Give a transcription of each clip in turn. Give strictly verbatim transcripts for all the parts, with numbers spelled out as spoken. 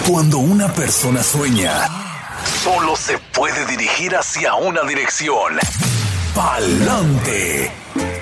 Cuando una persona sueña, solo se puede dirigir hacia una dirección: pa'lante.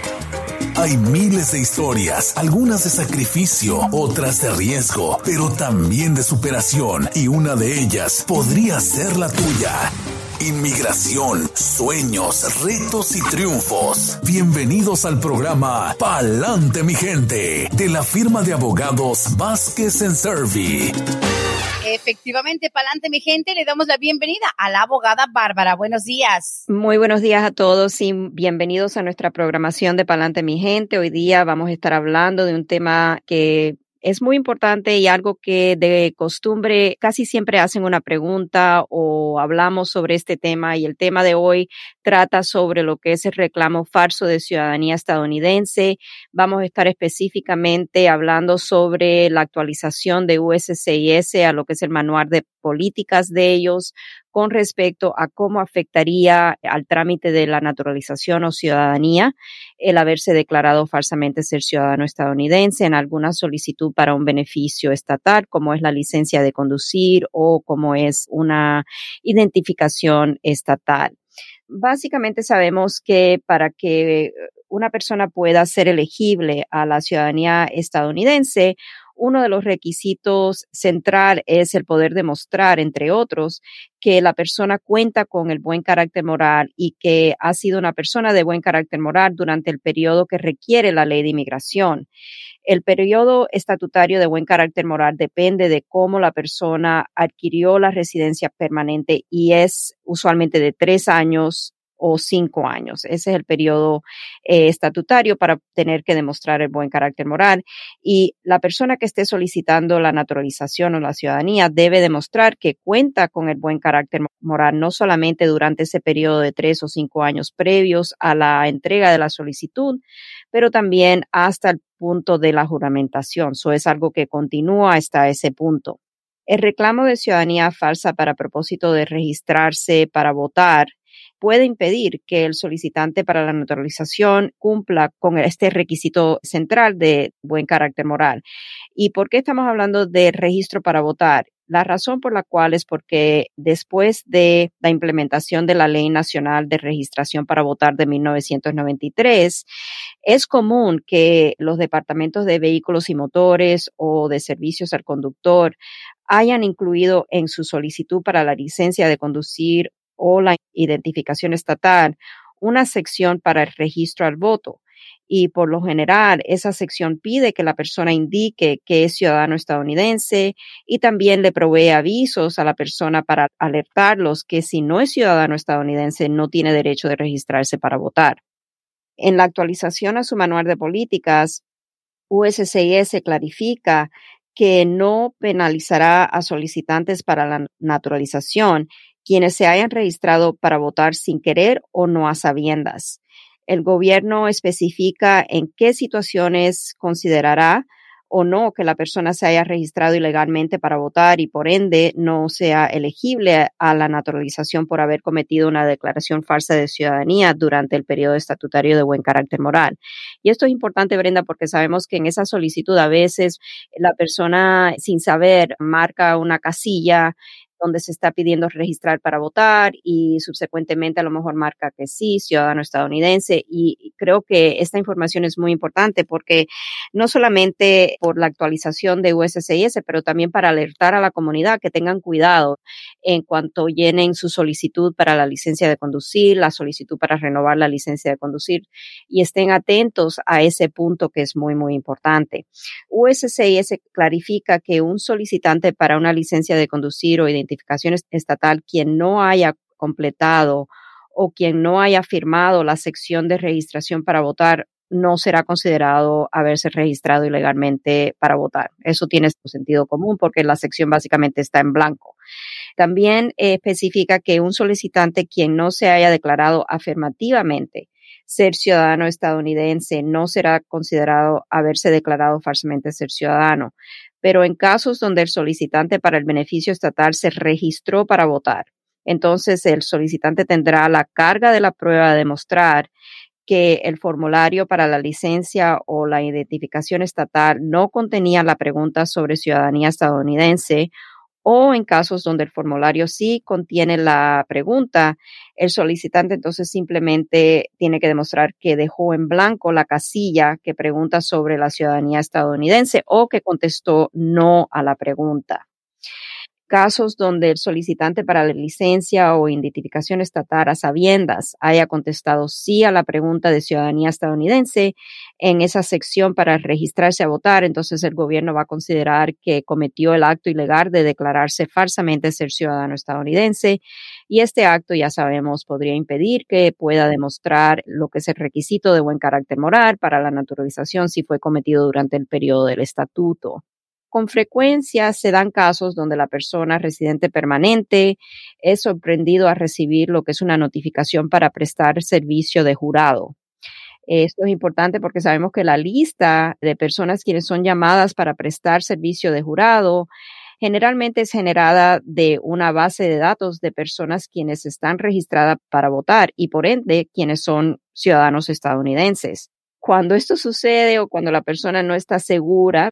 Hay miles de historias, algunas de sacrificio, otras de riesgo, pero también de superación, y una de ellas podría ser la tuya. Inmigración, sueños, retos y triunfos. Bienvenidos al programa Pa'lante, mi gente, de la firma de abogados Vázquez and Servi. Efectivamente, pa'lante, mi gente, le damos la bienvenida a la abogada Bárbara. Buenos días. Muy buenos días a todos y bienvenidos a nuestra programación de Pa'lante, mi gente. Hoy día vamos a estar hablando de un tema que es muy importante y algo que de costumbre casi siempre hacen una pregunta o hablamos sobre este tema, y el tema de hoy trata sobre lo que es el reclamo falso de ciudadanía estadounidense. Vamos a estar específicamente hablando sobre la actualización de U S C I S a lo que es el manual de políticas de ellos con respecto a cómo afectaría al trámite de la naturalización o ciudadanía el haberse declarado falsamente ser ciudadano estadounidense en alguna solicitud para un beneficio estatal, como es la licencia de conducir o como es una identificación estatal. Básicamente sabemos que para que una persona pueda ser elegible a la ciudadanía estadounidense, uno de los requisitos central es el poder demostrar, entre otros, que la persona cuenta con el buen carácter moral y que ha sido una persona de buen carácter moral durante el periodo que requiere la ley de inmigración. El periodo estatutario de buen carácter moral depende de cómo la persona adquirió la residencia permanente y es usualmente de tres años o cinco años. Ese es el periodo eh, estatutario para tener que demostrar el buen carácter moral. Y la persona que esté solicitando la naturalización o la ciudadanía debe demostrar que cuenta con el buen carácter moral, no solamente durante ese periodo de tres o cinco años previos a la entrega de la solicitud, pero también hasta el punto de la juramentación. Eso es algo que continúa hasta ese punto. El reclamo de ciudadanía falsa para propósito de registrarse para votar puede impedir que el solicitante para la naturalización cumpla con este requisito central de buen carácter moral. ¿Y por qué estamos hablando de registro para votar? La razón por la cual es porque después de la implementación de la Ley Nacional de Registración para Votar de mil novecientos noventa y tres, es común que los departamentos de vehículos y motores o de servicios al conductor hayan incluido en su solicitud para la licencia de conducir o la identificación estatal una sección para el registro al voto. Y por lo general, esa sección pide que la persona indique que es ciudadano estadounidense y también le provee avisos a la persona para alertarlos que si no es ciudadano estadounidense no tiene derecho de registrarse para votar. En la actualización a su manual de políticas, U S C I S clarifica que no penalizará a solicitantes para la naturalización quienes se hayan registrado para votar sin querer o no a sabiendas. El gobierno especifica en qué situaciones considerará o no que la persona se haya registrado ilegalmente para votar y por ende no sea elegible a la naturalización por haber cometido una declaración falsa de ciudadanía durante el periodo estatutario de buen carácter moral. Y esto es importante, Brenda, porque sabemos que en esa solicitud a veces la persona sin saber marca una casilla donde se está pidiendo registrar para votar y subsecuentemente a lo mejor marca que sí, ciudadano estadounidense. Y creo que esta información es muy importante porque no solamente por la actualización de U S C I S, pero también para alertar a la comunidad que tengan cuidado en cuanto llenen su solicitud para la licencia de conducir, la solicitud para renovar la licencia de conducir y estén atentos a ese punto que es muy, muy importante. U S C I S clarifica que un solicitante para una licencia de conducir o identificación estatal quien no haya completado o quien no haya firmado la sección de registración para votar no será considerado haberse registrado ilegalmente para votar. Eso tiene sentido común porque la sección básicamente está en blanco. También eh, especifica que un solicitante quien no se haya declarado afirmativamente ser ciudadano estadounidense no será considerado haberse declarado falsamente ser ciudadano. Pero en casos donde el solicitante para el beneficio estatal se registró para votar, entonces el solicitante tendrá la carga de la prueba de demostrar que el formulario para la licencia o la identificación estatal no contenía la pregunta sobre ciudadanía estadounidense O en casos donde el formulario sí contiene la pregunta, el solicitante entonces simplemente tiene que demostrar que dejó en blanco la casilla que pregunta sobre la ciudadanía estadounidense o que contestó no a la pregunta. Casos donde el solicitante para la licencia o identificación estatal a sabiendas haya contestado sí a la pregunta de ciudadanía estadounidense en esa sección para registrarse a votar, entonces el gobierno va a considerar que cometió el acto ilegal de declararse falsamente ser ciudadano estadounidense y este acto, ya sabemos, podría impedir que pueda demostrar lo que es el requisito de buen carácter moral para la naturalización si fue cometido durante el periodo del estatuto. Con frecuencia se dan casos donde la persona residente permanente es sorprendido a recibir lo que es una notificación para prestar servicio de jurado. Esto es importante porque sabemos que la lista de personas quienes son llamadas para prestar servicio de jurado generalmente es generada de una base de datos de personas quienes están registradas para votar y por ende quienes son ciudadanos estadounidenses. Cuando esto sucede o cuando la persona no está segura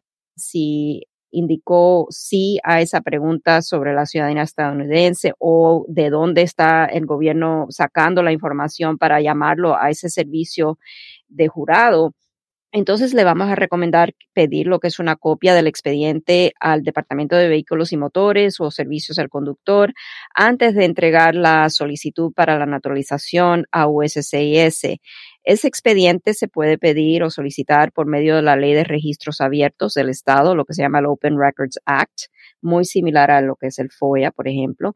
si indicó sí a esa pregunta sobre la ciudadanía estadounidense o de dónde está el gobierno sacando la información para llamarlo a ese servicio de jurado, entonces le vamos a recomendar pedir lo que es una copia del expediente al Departamento de Vehículos y Motores o Servicios al Conductor antes de entregar la solicitud para la naturalización a U S C I S. Ese expediente se puede pedir o solicitar por medio de la Ley de Registros Abiertos del Estado, lo que se llama el Open Records Act, muy similar a lo que es el FOIA, por ejemplo.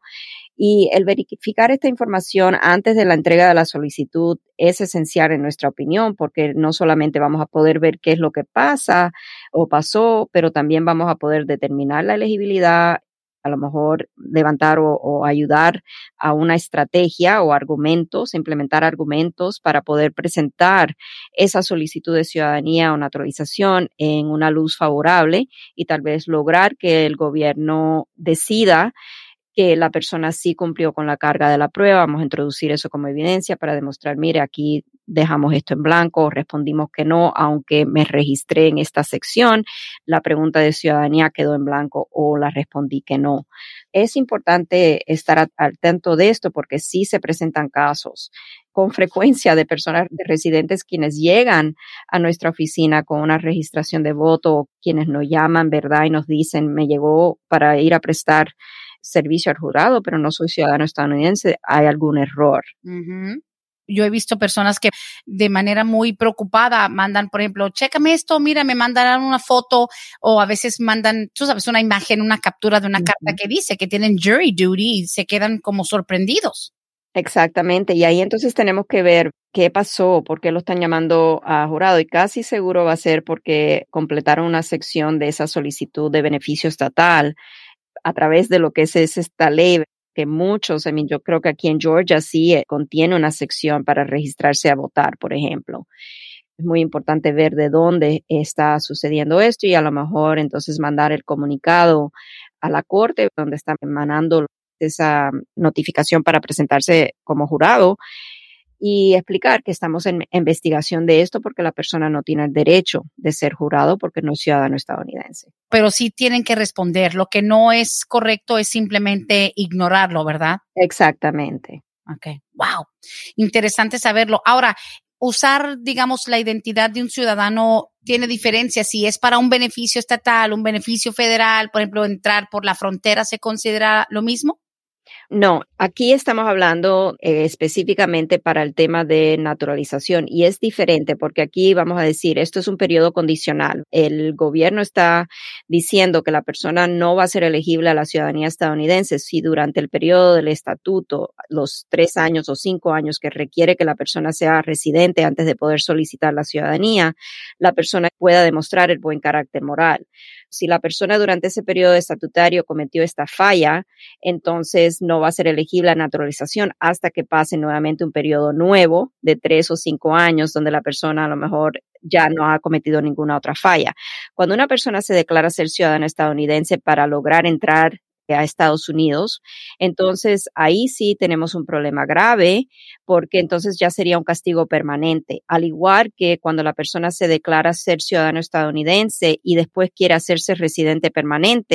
Y el verificar esta información antes de la entrega de la solicitud es esencial en nuestra opinión, porque no solamente vamos a poder ver qué es lo que pasa o pasó, pero también vamos a poder determinar la elegibilidad, a lo mejor levantar o, o ayudar a una estrategia o argumentos, implementar argumentos para poder presentar esa solicitud de ciudadanía o naturalización en una luz favorable y tal vez lograr que el gobierno decida que la persona sí cumplió con la carga de la prueba. Vamos a introducir eso como evidencia para demostrar, mire, aquí dejamos esto en blanco, respondimos que no, aunque me registré en esta sección, la pregunta de ciudadanía quedó en blanco o la respondí que no. Es importante estar atento de esto porque sí se presentan casos con frecuencia de personas, de residentes quienes llegan a nuestra oficina con una registración de voto, quienes nos llaman, ¿verdad? Y nos dicen, me llegó para ir a prestar servicio al jurado, pero no soy ciudadano estadounidense, hay algún error. Uh-huh. Yo he visto personas que de manera muy preocupada mandan, por ejemplo, chécame esto, mira, me mandarán una foto o a veces mandan, tú sabes, una imagen, una captura de una uh-huh. carta que dice que tienen jury duty y se quedan como sorprendidos. Exactamente, y ahí entonces tenemos que ver qué pasó, por qué lo están llamando a jurado y casi seguro va a ser porque completaron una sección de esa solicitud de beneficio estatal a través de lo que es, es esta ley que muchos, I mean, yo creo que aquí en Georgia sí eh, contiene una sección para registrarse a votar, por ejemplo. Es muy importante ver de dónde está sucediendo esto y a lo mejor entonces mandar el comunicado a la corte donde están emanando esa notificación para presentarse como jurado y explicar que estamos en investigación de esto porque la persona no tiene el derecho de ser jurado porque no es ciudadano estadounidense. Pero sí tienen que responder. Lo que no es correcto es simplemente ignorarlo, ¿verdad? Exactamente. Okay. Wow. Interesante saberlo. Ahora, usar, digamos, la identidad de un ciudadano tiene diferencia. Si es para un beneficio estatal, un beneficio federal, por ejemplo, entrar por la frontera, ¿se considera lo mismo? No, aquí estamos hablando eh, específicamente para el tema de naturalización y es diferente porque aquí vamos a decir, esto es un periodo condicional. El gobierno está diciendo que la persona no va a ser elegible a la ciudadanía estadounidense si durante el periodo del estatuto, los tres años o cinco años que requiere que la persona sea residente antes de poder solicitar la ciudadanía, la persona pueda demostrar el buen carácter moral. Si la persona durante ese periodo estatutario cometió esta falla, entonces no va a ser elegible a naturalización hasta que pase nuevamente un periodo nuevo de tres o cinco años donde la persona a lo mejor ya no ha cometido ninguna otra falla. Cuando una persona se declara ser ciudadana estadounidense para lograr entrar a Estados Unidos, entonces ahí sí tenemos un problema grave porque entonces ya sería un castigo permanente, al igual que cuando la persona se declara ser ciudadano estadounidense y después quiere hacerse residente permanente,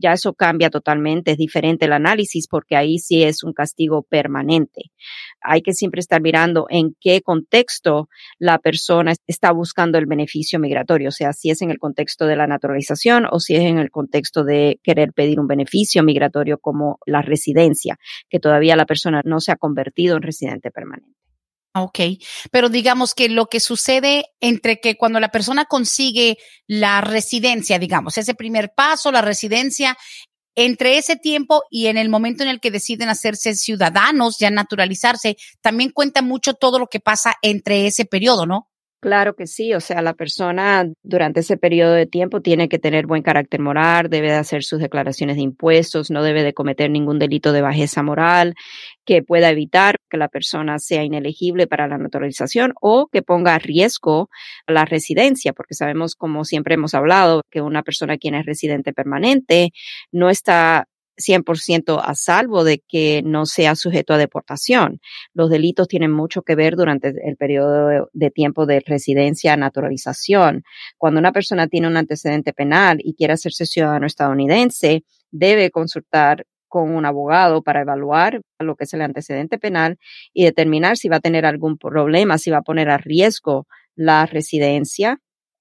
ya eso cambia totalmente, es diferente el análisis porque ahí sí es un castigo permanente. Hay que siempre estar mirando en qué contexto la persona está buscando el beneficio migratorio, o sea, si es en el contexto de la naturalización o si es en el contexto de querer pedir un beneficio migratorio como la residencia, que todavía la persona no se ha convertido en residente permanente. Ok, pero digamos que lo que sucede entre que cuando la persona consigue la residencia, digamos, ese primer paso, la residencia, entre ese tiempo y en el momento en el que deciden hacerse ciudadanos, ya naturalizarse, también cuenta mucho todo lo que pasa entre ese periodo, ¿no? Claro que sí, o sea, la persona durante ese periodo de tiempo tiene que tener buen carácter moral, debe de hacer sus declaraciones de impuestos, no debe de cometer ningún delito de bajeza moral que pueda evitar que la persona sea inelegible para la naturalización o que ponga a riesgo la residencia, porque sabemos, como siempre hemos hablado, que una persona quien es residente permanente no está cien por ciento a salvo de que no sea sujeto a deportación. Los delitos tienen mucho que ver durante el periodo de, de tiempo de residencia, naturalización. Cuando una persona tiene un antecedente penal y quiere hacerse ciudadano estadounidense, debe consultar con un abogado para evaluar lo que es el antecedente penal y determinar si va a tener algún problema, si va a poner a riesgo la residencia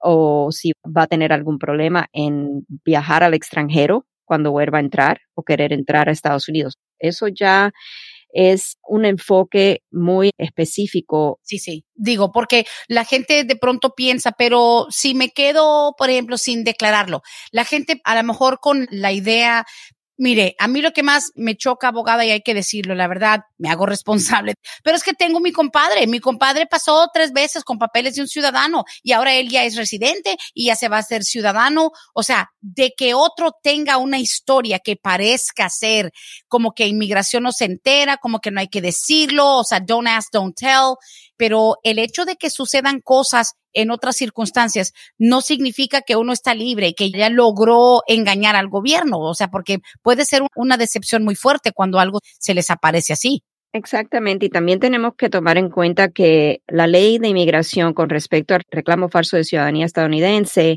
o si va a tener algún problema en viajar al extranjero cuando vuelva a entrar o querer entrar a Estados Unidos. Eso ya es un enfoque muy específico. Sí, sí. Digo, porque la gente de pronto piensa, pero si me quedo, por ejemplo, sin declararlo, la gente a lo mejor con la idea. Mire, a mí lo que más me choca, abogada, y hay que decirlo, la verdad, me hago responsable, pero es que tengo mi compadre. Mi compadre pasó tres veces con papeles de un ciudadano y ahora él ya es residente y ya se va a hacer ciudadano. O sea, de que otro tenga una historia que parezca ser como que inmigración no se entera, como que no hay que decirlo, o sea, don't ask, don't tell. Pero el hecho de que sucedan cosas en otras circunstancias no significa que uno está libre y que ya logró engañar al gobierno. O sea, porque puede ser una decepción muy fuerte cuando algo se les aparece así. Exactamente, y también tenemos que tomar en cuenta que la ley de inmigración con respecto al reclamo falso de ciudadanía estadounidense,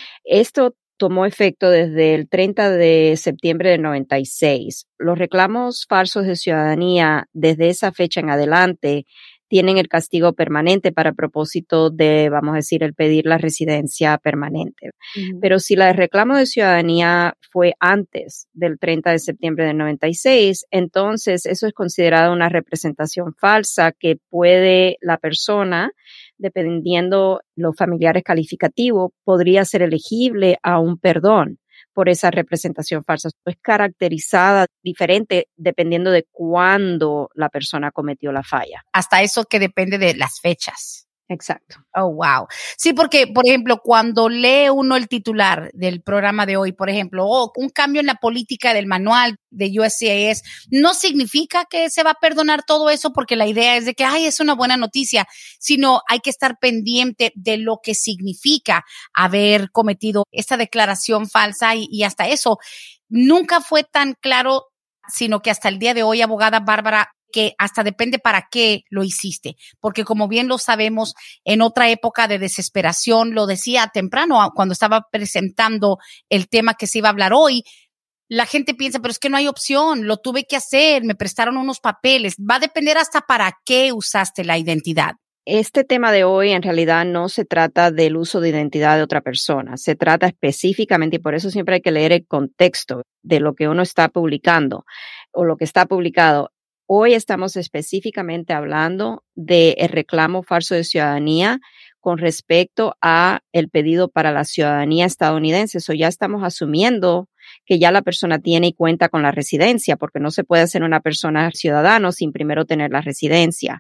esto tomó efecto desde el treinta de septiembre del noventa y seis. Los reclamos falsos de ciudadanía desde esa fecha en adelante tienen el castigo permanente para propósito de, vamos a decir, el pedir la residencia permanente. Uh-huh. Pero si la reclamo de ciudadanía fue antes del treinta de septiembre del noventa y seis, entonces eso es considerado una representación falsa que puede la persona, dependiendo los familiares calificativos, podría ser elegible a un perdón por esa representación falsa. Es caracterizada diferente dependiendo de cuándo la persona cometió la falla. Hasta eso que depende de las fechas. Exacto. Oh, wow. Sí, porque, por ejemplo, cuando lee uno el titular del programa de hoy, por ejemplo, oh, un cambio en la política del manual de U S C I S, no significa que se va a perdonar todo eso porque la idea es de que, ay, es una buena noticia, sino hay que estar pendiente de lo que significa haber cometido esta declaración falsa y, y hasta eso. Nunca fue tan claro, sino que hasta el día de hoy, abogada Bárbara, que hasta depende para qué lo hiciste, porque como bien lo sabemos, en otra época de desesperación, lo decía temprano cuando estaba presentando el tema que se iba a hablar hoy, la gente piensa, pero es que no hay opción, lo tuve que hacer, me prestaron unos papeles, va a depender hasta para qué usaste la identidad. Este tema de hoy en realidad no se trata del uso de identidad de otra persona, se trata específicamente, y por eso siempre hay que leer el contexto de lo que uno está publicando o lo que está publicado. Hoy estamos específicamente hablando del reclamo falso de ciudadanía con respecto a el pedido para la ciudadanía estadounidense. Eso ya estamos asumiendo que ya la persona tiene y cuenta con la residencia, porque no se puede hacer una persona ciudadano sin primero tener la residencia.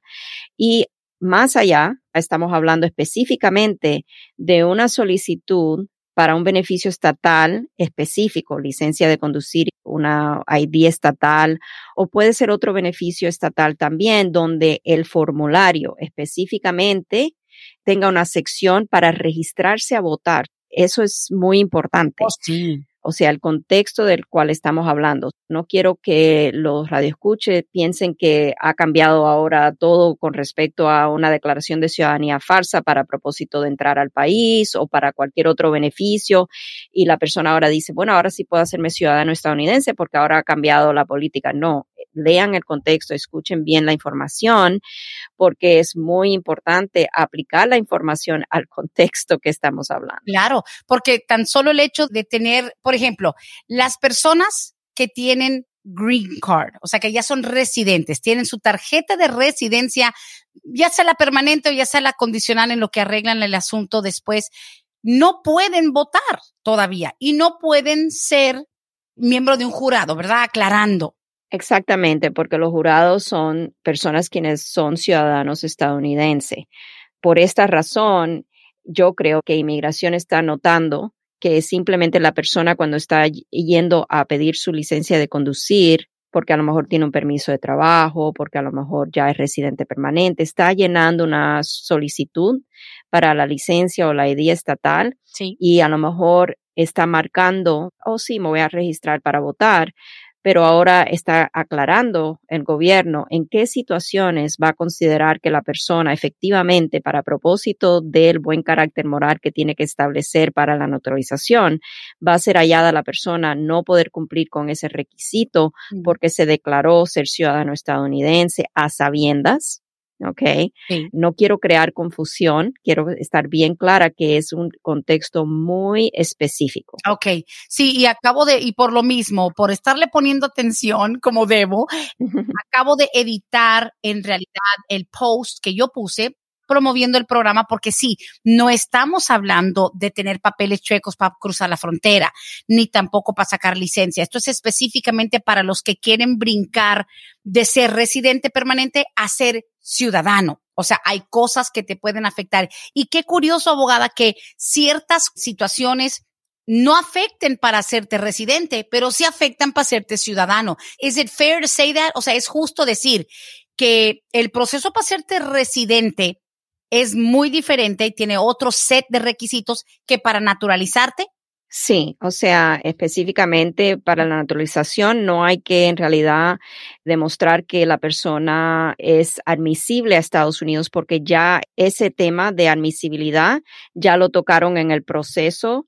Y más allá, estamos hablando específicamente de una solicitud para un beneficio estatal específico, licencia de conducir, una I D estatal, o puede ser otro beneficio estatal también, donde el formulario específicamente tenga una sección para registrarse a votar. Eso es muy importante. Oh, sí. o sea, el contexto del cual estamos hablando. No quiero que los radioescuches piensen que ha cambiado ahora todo con respecto a una declaración de ciudadanía falsa para propósito de entrar al país o para cualquier otro beneficio y la persona ahora dice, bueno, ahora sí puedo hacerme ciudadano estadounidense porque ahora ha cambiado la política. No, lean el contexto, escuchen bien la información porque es muy importante aplicar la información al contexto que estamos hablando. Claro, porque tan solo el hecho de tener, por ejemplo, las personas que tienen green card, o sea, que ya son residentes, tienen su tarjeta de residencia, ya sea la permanente o ya sea la condicional en lo que arreglan el asunto después, no pueden votar todavía y no pueden ser miembro de un jurado, ¿verdad? Aclarando. Exactamente, porque los jurados son personas quienes son ciudadanos estadounidenses. Por esta razón, yo creo que inmigración está notando que simplemente la persona cuando está yendo a pedir su licencia de conducir, porque a lo mejor tiene un permiso de trabajo, porque a lo mejor ya es residente permanente, está llenando una solicitud para la licencia o la I D estatal, sí, y a lo mejor está marcando, oh sí, me voy a registrar para votar, pero ahora está aclarando el gobierno en qué situaciones va a considerar que la persona efectivamente, para propósito del buen carácter moral que tiene que establecer para la naturalización, va a ser hallada la persona no poder cumplir con ese requisito porque se declaró ser ciudadano estadounidense a sabiendas. Okay. Sí. No quiero crear confusión, quiero estar bien clara que es un contexto muy específico. Okay. Sí, y acabo de, y por lo mismo, por estarle poniendo atención como debo, acabo de editar en realidad el post que yo puse promoviendo el programa porque sí, no estamos hablando de tener papeles chuecos para cruzar la frontera, ni tampoco para sacar licencia. Esto es específicamente para los que quieren brincar de ser residente permanente a ser ciudadano. O sea, hay cosas que te pueden afectar. Y qué curioso, abogada, que ciertas situaciones no afecten para hacerte residente, pero sí afectan para hacerte ciudadano. Is it fair to say that? O sea, es justo decir que el proceso para hacerte residente es muy diferente y tiene otro set de requisitos que para naturalizarte. Sí, o sea, específicamente para la naturalización no hay que en realidad demostrar que la persona es admisible a Estados Unidos porque ya ese tema de admisibilidad ya lo tocaron en el proceso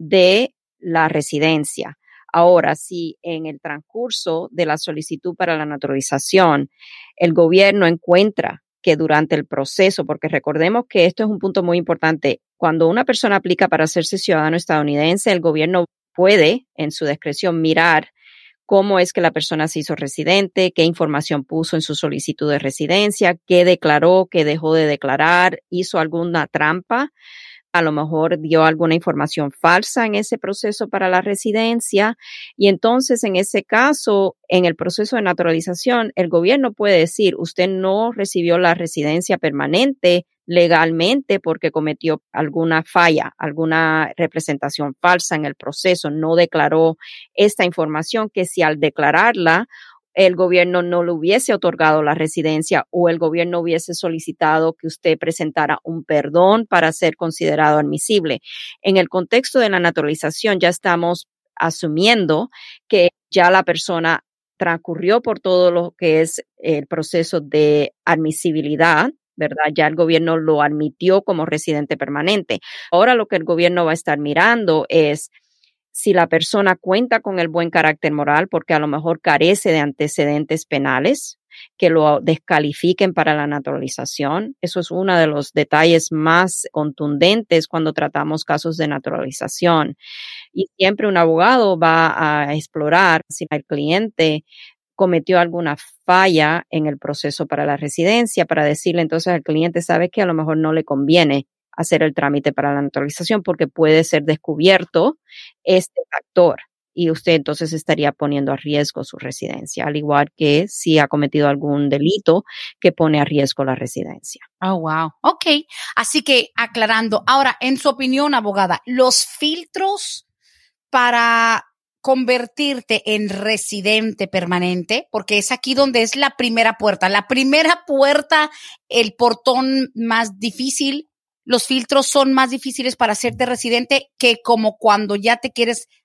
de la residencia. Ahora, si en el transcurso de la solicitud para la naturalización el gobierno encuentra que durante el proceso, porque recordemos que esto es un punto muy importante, cuando una persona aplica para hacerse ciudadano estadounidense, el gobierno puede, en su discreción, mirar cómo es que la persona se hizo residente, qué información puso en su solicitud de residencia, qué declaró, qué dejó de declarar, hizo alguna trampa, a lo mejor dio alguna información falsa en ese proceso para la residencia y entonces en ese caso, en el proceso de naturalización, el gobierno puede decir, usted no recibió la residencia permanente legalmente porque cometió alguna falla, alguna representación falsa en el proceso, no declaró esta información que si al declararla el gobierno no le hubiese otorgado la residencia o el gobierno hubiese solicitado que usted presentara un perdón para ser considerado admisible. En el contexto de la naturalización ya estamos asumiendo que ya la persona transcurrió por todo lo que es el proceso de admisibilidad, ¿verdad? Ya el gobierno lo admitió como residente permanente. Ahora lo que el gobierno va a estar mirando es si la persona cuenta con el buen carácter moral, porque a lo mejor carece de antecedentes penales que lo descalifiquen para la naturalización. Eso es uno de los detalles más contundentes cuando tratamos casos de naturalización. Y siempre un abogado va a explorar si el cliente cometió alguna falla en el proceso para la residencia, para decirle entonces al cliente, sabe que a lo mejor no le conviene hacer el trámite para la naturalización porque puede ser descubierto este factor y usted entonces estaría poniendo a riesgo su residencia, al igual que si ha cometido algún delito que pone a riesgo la residencia. Oh, wow. Ok. Así que aclarando, ahora, en su opinión, abogada, los filtros para convertirte en residente permanente, porque es aquí donde es la primera puerta, la primera puerta, el portón más difícil. Los filtros son más difíciles para hacerte residente que como cuando ya te quieres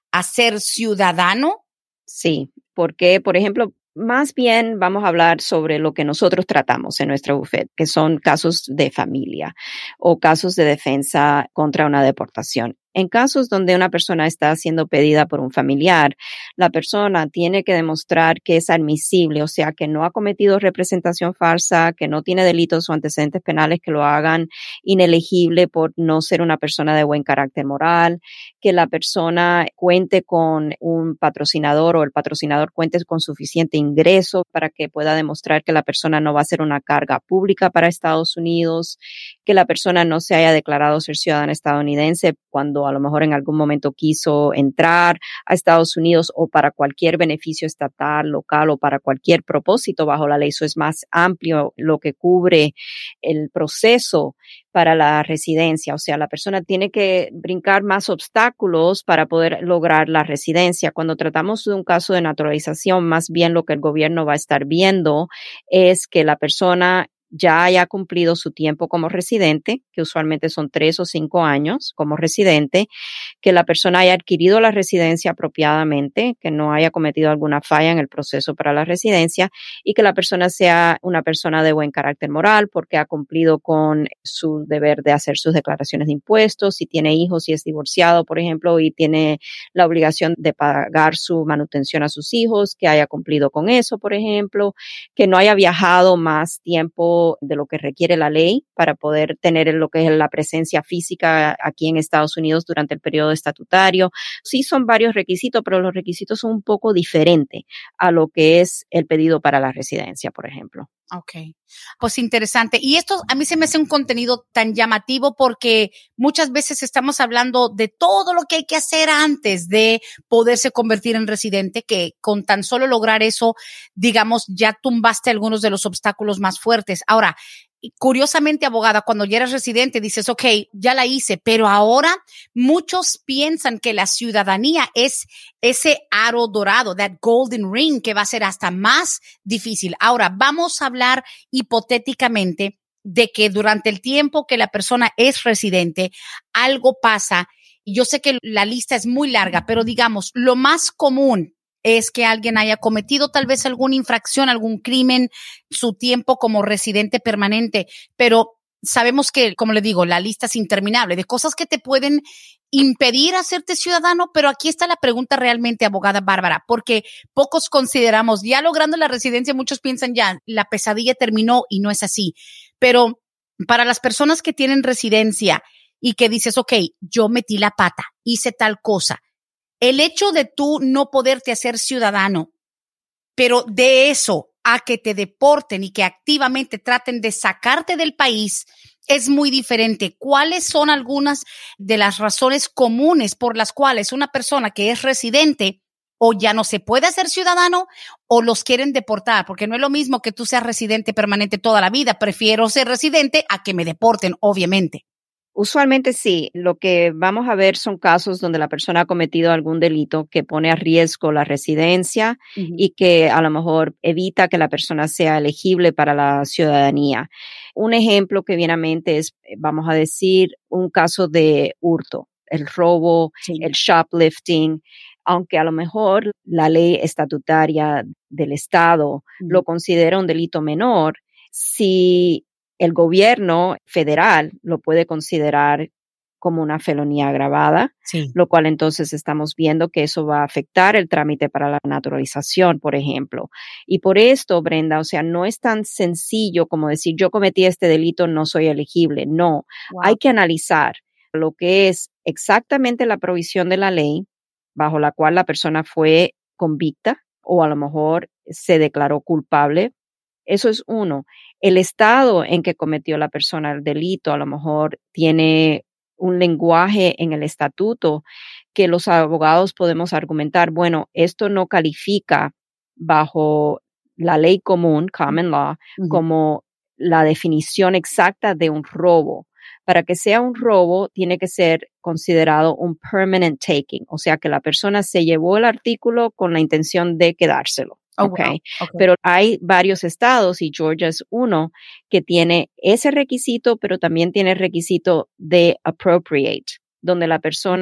a ser ciudadano? Sí, porque, por ejemplo, más bien vamos a hablar sobre lo que nosotros tratamos en nuestro bufete, que son casos de familia o casos de defensa contra una deportación. En casos donde una persona está siendo pedida por un familiar, la persona tiene que demostrar que es admisible, o sea, que no ha cometido representación falsa, que no tiene delitos o antecedentes penales que lo hagan inelegible por no ser una persona de buen carácter moral, que la persona cuente con un patrocinador o el patrocinador cuente con suficiente ingreso para que pueda demostrar que la persona no va a ser una carga pública para Estados Unidos, que la persona no se haya declarado ser ciudadana estadounidense cuando a lo mejor en algún momento quiso entrar a Estados Unidos o para cualquier beneficio estatal, local o para cualquier propósito bajo la ley. Eso es más amplio lo que cubre el proceso para la residencia. O sea, la persona tiene que brincar más obstáculos para poder lograr la residencia. Cuando tratamos de un caso de naturalización, más bien lo que el gobierno va a estar viendo es que la persona ya haya cumplido su tiempo como residente, que usualmente son tres o cinco años como residente, que la persona haya adquirido la residencia apropiadamente, que no haya cometido alguna falla en el proceso para la residencia y que la persona sea una persona de buen carácter moral porque ha cumplido con su deber de hacer sus declaraciones de impuestos, si tiene hijos, si es divorciado, por ejemplo, y tiene la obligación de pagar su manutención a sus hijos, que haya cumplido con eso, por ejemplo, que no haya viajado más tiempo de lo que requiere la ley para poder tener lo que es la presencia física aquí en Estados Unidos durante el periodo estatutario. Sí son varios requisitos, pero los requisitos son un poco diferentes a lo que es el pedido para la residencia, por ejemplo. Okay, pues interesante. Y esto a mí se me hace un contenido tan llamativo porque muchas veces estamos hablando de todo lo que hay que hacer antes de poderse convertir en residente, que con tan solo lograr eso, digamos, ya tumbaste algunos de los obstáculos más fuertes. Ahora, curiosamente, abogada, cuando ya eres residente dices, ok, ya la hice, pero ahora muchos piensan que la ciudadanía es ese aro dorado, that golden ring, que va a ser hasta más difícil. Ahora, vamos a hablar hipotéticamente de que durante el tiempo que la persona es residente, algo pasa. Y yo sé que la lista es muy larga, pero digamos, lo más común es que alguien haya cometido tal vez alguna infracción, algún crimen, su tiempo como residente permanente, pero sabemos que, como le digo, la lista es interminable de cosas que te pueden impedir hacerte ciudadano, pero aquí está la pregunta realmente, abogada Bárbara, porque pocos consideramos, ya logrando la residencia, muchos piensan ya, la pesadilla terminó y no es así, pero para las personas que tienen residencia y que dices, ok, yo metí la pata, hice tal cosa, el hecho de tú no poderte hacer ciudadano, pero de eso a que te deporten y que activamente traten de sacarte del país, es muy diferente. ¿Cuáles son algunas de las razones comunes por las cuales una persona que es residente o ya no se puede hacer ciudadano o los quieren deportar? Porque no es lo mismo que tú seas residente permanente toda la vida. Prefiero ser residente a que me deporten, obviamente. Usualmente sí. Lo que vamos a ver son casos donde la persona ha cometido algún delito que pone a riesgo la residencia uh-huh. y que a lo mejor evita que la persona sea elegible para la ciudadanía. Un ejemplo que viene a mente es, vamos a decir, un caso de hurto, el robo, sí. el shoplifting, aunque a lo mejor la ley estatutaria del estado uh-huh. lo considera un delito menor, si el gobierno federal lo puede considerar como una felonía agravada, sí. lo cual entonces estamos viendo que eso va a afectar el trámite para la naturalización, por ejemplo. Y por esto, Brenda, o sea, no es tan sencillo como decir yo cometí este delito, no soy elegible. No, wow. Hay que analizar lo que es exactamente la provisión de la ley bajo la cual la persona fue convicta o a lo mejor se declaró culpable. Eso es uno. El estado en que cometió la persona el delito a lo mejor tiene un lenguaje en el estatuto que los abogados podemos argumentar, bueno, esto no califica bajo la ley común, common law, uh-huh. como la definición exacta de un robo. Para que sea un robo, tiene que ser considerado un permanent taking, o sea que la persona se llevó el artículo con la intención de quedárselo. Oh, okay. Wow. Okay. Pero hay varios estados y Georgia es uno que tiene ese requisito, pero también tiene el requisito de appropriate, donde la persona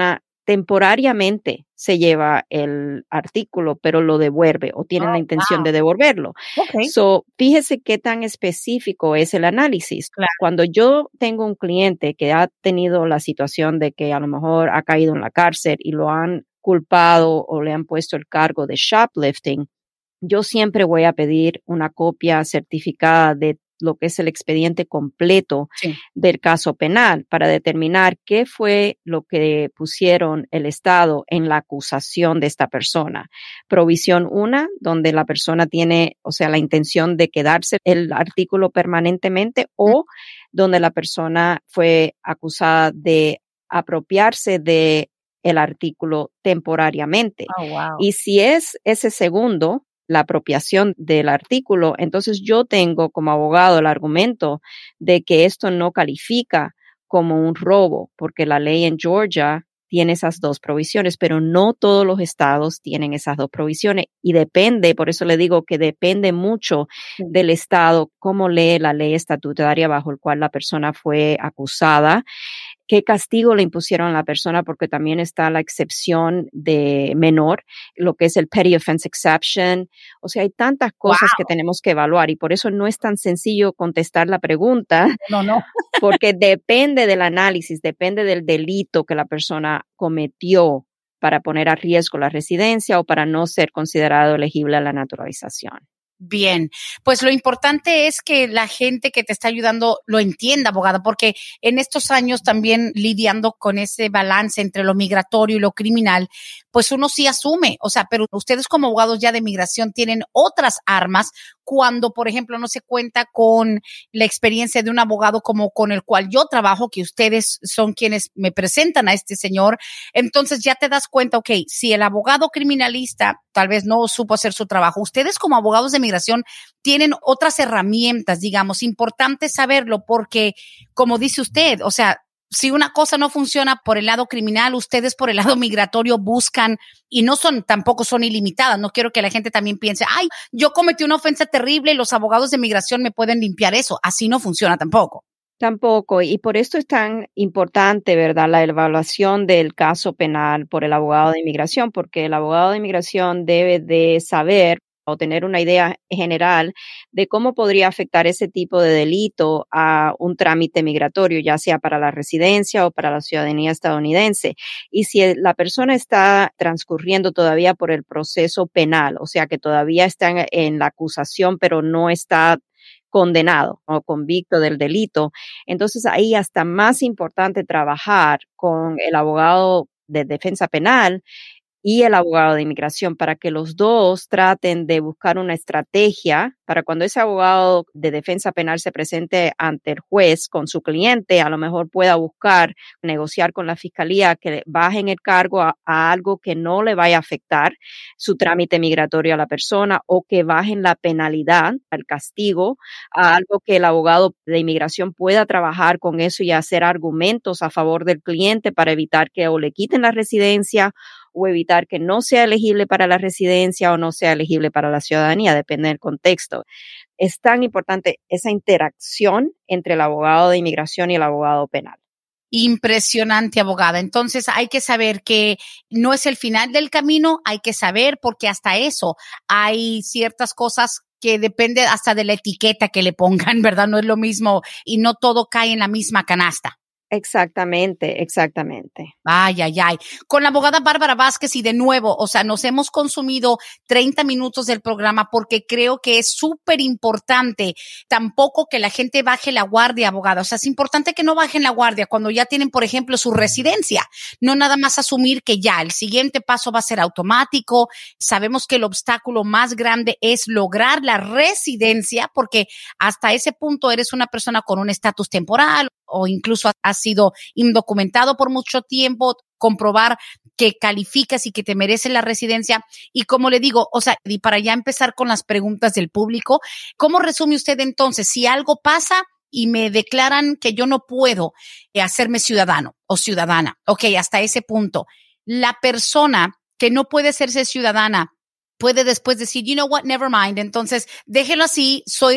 temporariamente se lleva el artículo, pero lo devuelve o tienen Oh, la intención wow. de devolverlo. Okay. So, fíjese qué tan específico es el análisis. Claro. Cuando yo tengo un cliente que ha tenido la situación de que a lo mejor ha caído en la cárcel y lo han culpado o le han puesto el cargo de shoplifting, yo siempre voy a pedir una copia certificada de lo que es el expediente completo Sí. del caso penal para determinar qué fue lo que pusieron el Estado en la acusación de esta persona. Provisión una, donde la persona tiene, o sea, la intención de quedarse el artículo permanentemente, o donde la persona fue acusada de apropiarse de el artículo temporariamente. Oh, wow. Y si es ese segundo, la apropiación del artículo, entonces yo tengo como abogado el argumento de que esto no califica como un robo, porque la ley en Georgia tiene esas dos provisiones, pero no todos los estados tienen esas dos provisiones y depende, por eso le digo que depende mucho del estado, cómo lee la ley estatutaria bajo el cual la persona fue acusada, qué castigo le impusieron a la persona, porque también está la excepción de menor, lo que es el petty offense exception. O sea, hay tantas cosas Wow. que tenemos que evaluar y por eso no es tan sencillo contestar la pregunta. No, no. Porque depende del análisis, depende del delito que la persona cometió para poner a riesgo la residencia o para no ser considerado elegible a la naturalización. Bien, pues lo importante es que la gente que te está ayudando lo entienda, abogada, porque en estos años también lidiando con ese balance entre lo migratorio y lo criminal, pues uno sí asume, o sea, pero ustedes como abogados ya de migración tienen otras armas cuando, por ejemplo, no se cuenta con la experiencia de un abogado como con el cual yo trabajo, que ustedes son quienes me presentan a este señor. Entonces ya te das cuenta, ok, si el abogado criminalista tal vez no supo hacer su trabajo, ustedes como abogados de migración tienen otras herramientas, digamos, importante saberlo porque, como dice usted, o sea, si una cosa no funciona por el lado criminal, ustedes por el lado migratorio buscan y no son, tampoco son ilimitadas. No quiero que la gente también piense, ay, yo cometí una ofensa terrible y los abogados de migración me pueden limpiar eso. Así no funciona tampoco. Tampoco, y por esto es tan importante, ¿verdad?, la evaluación del caso penal por el abogado de inmigración, porque el abogado de inmigración debe de saber o tener una idea general de cómo podría afectar ese tipo de delito a un trámite migratorio, ya sea para la residencia o para la ciudadanía estadounidense. Y si la persona está transcurriendo todavía por el proceso penal, o sea que todavía está en, en la acusación, pero no está condenado o convicto del delito, entonces ahí hasta más importante trabajar con el abogado de defensa penal y el abogado de inmigración para que los dos traten de buscar una estrategia para cuando ese abogado de defensa penal se presente ante el juez con su cliente, a lo mejor pueda buscar negociar con la fiscalía que bajen el cargo a, a algo que no le vaya a afectar su trámite migratorio a la persona o que bajen la penalidad, el castigo, a algo que el abogado de inmigración pueda trabajar con eso y hacer argumentos a favor del cliente para evitar que o le quiten la residencia o evitar que no sea elegible para la residencia o no sea elegible para la ciudadanía, depende del contexto. Es tan importante esa interacción entre el abogado de inmigración y el abogado penal. Impresionante, abogada. Entonces hay que saber que no es el final del camino, hay que saber porque hasta eso hay ciertas cosas que depende hasta de la etiqueta que le pongan, ¿verdad? No es lo mismo y no todo cae en la misma canasta. Exactamente, exactamente. Ay, ay, ay. Con la abogada Bárbara Vázquez y de nuevo, o sea, nos hemos consumido treinta minutos del programa porque creo que es súper importante tampoco que la gente baje la guardia, abogada. O sea, es importante que no bajen la guardia cuando ya tienen, por ejemplo, su residencia. No nada más asumir que ya el siguiente paso va a ser automático. Sabemos que el obstáculo más grande es lograr la residencia porque hasta ese punto eres una persona con un estatus temporal o incluso has sido indocumentado por mucho tiempo, comprobar que calificas y que te mereces la residencia. Y como le digo, o sea, y para ya empezar con las preguntas del público, ¿cómo resume usted entonces? Si algo pasa y me declaran que yo no puedo eh, hacerme ciudadano o ciudadana, ok, hasta ese punto, la persona que no puede hacerse ciudadana puede después decir, you know what, never mind, entonces déjelo así, soy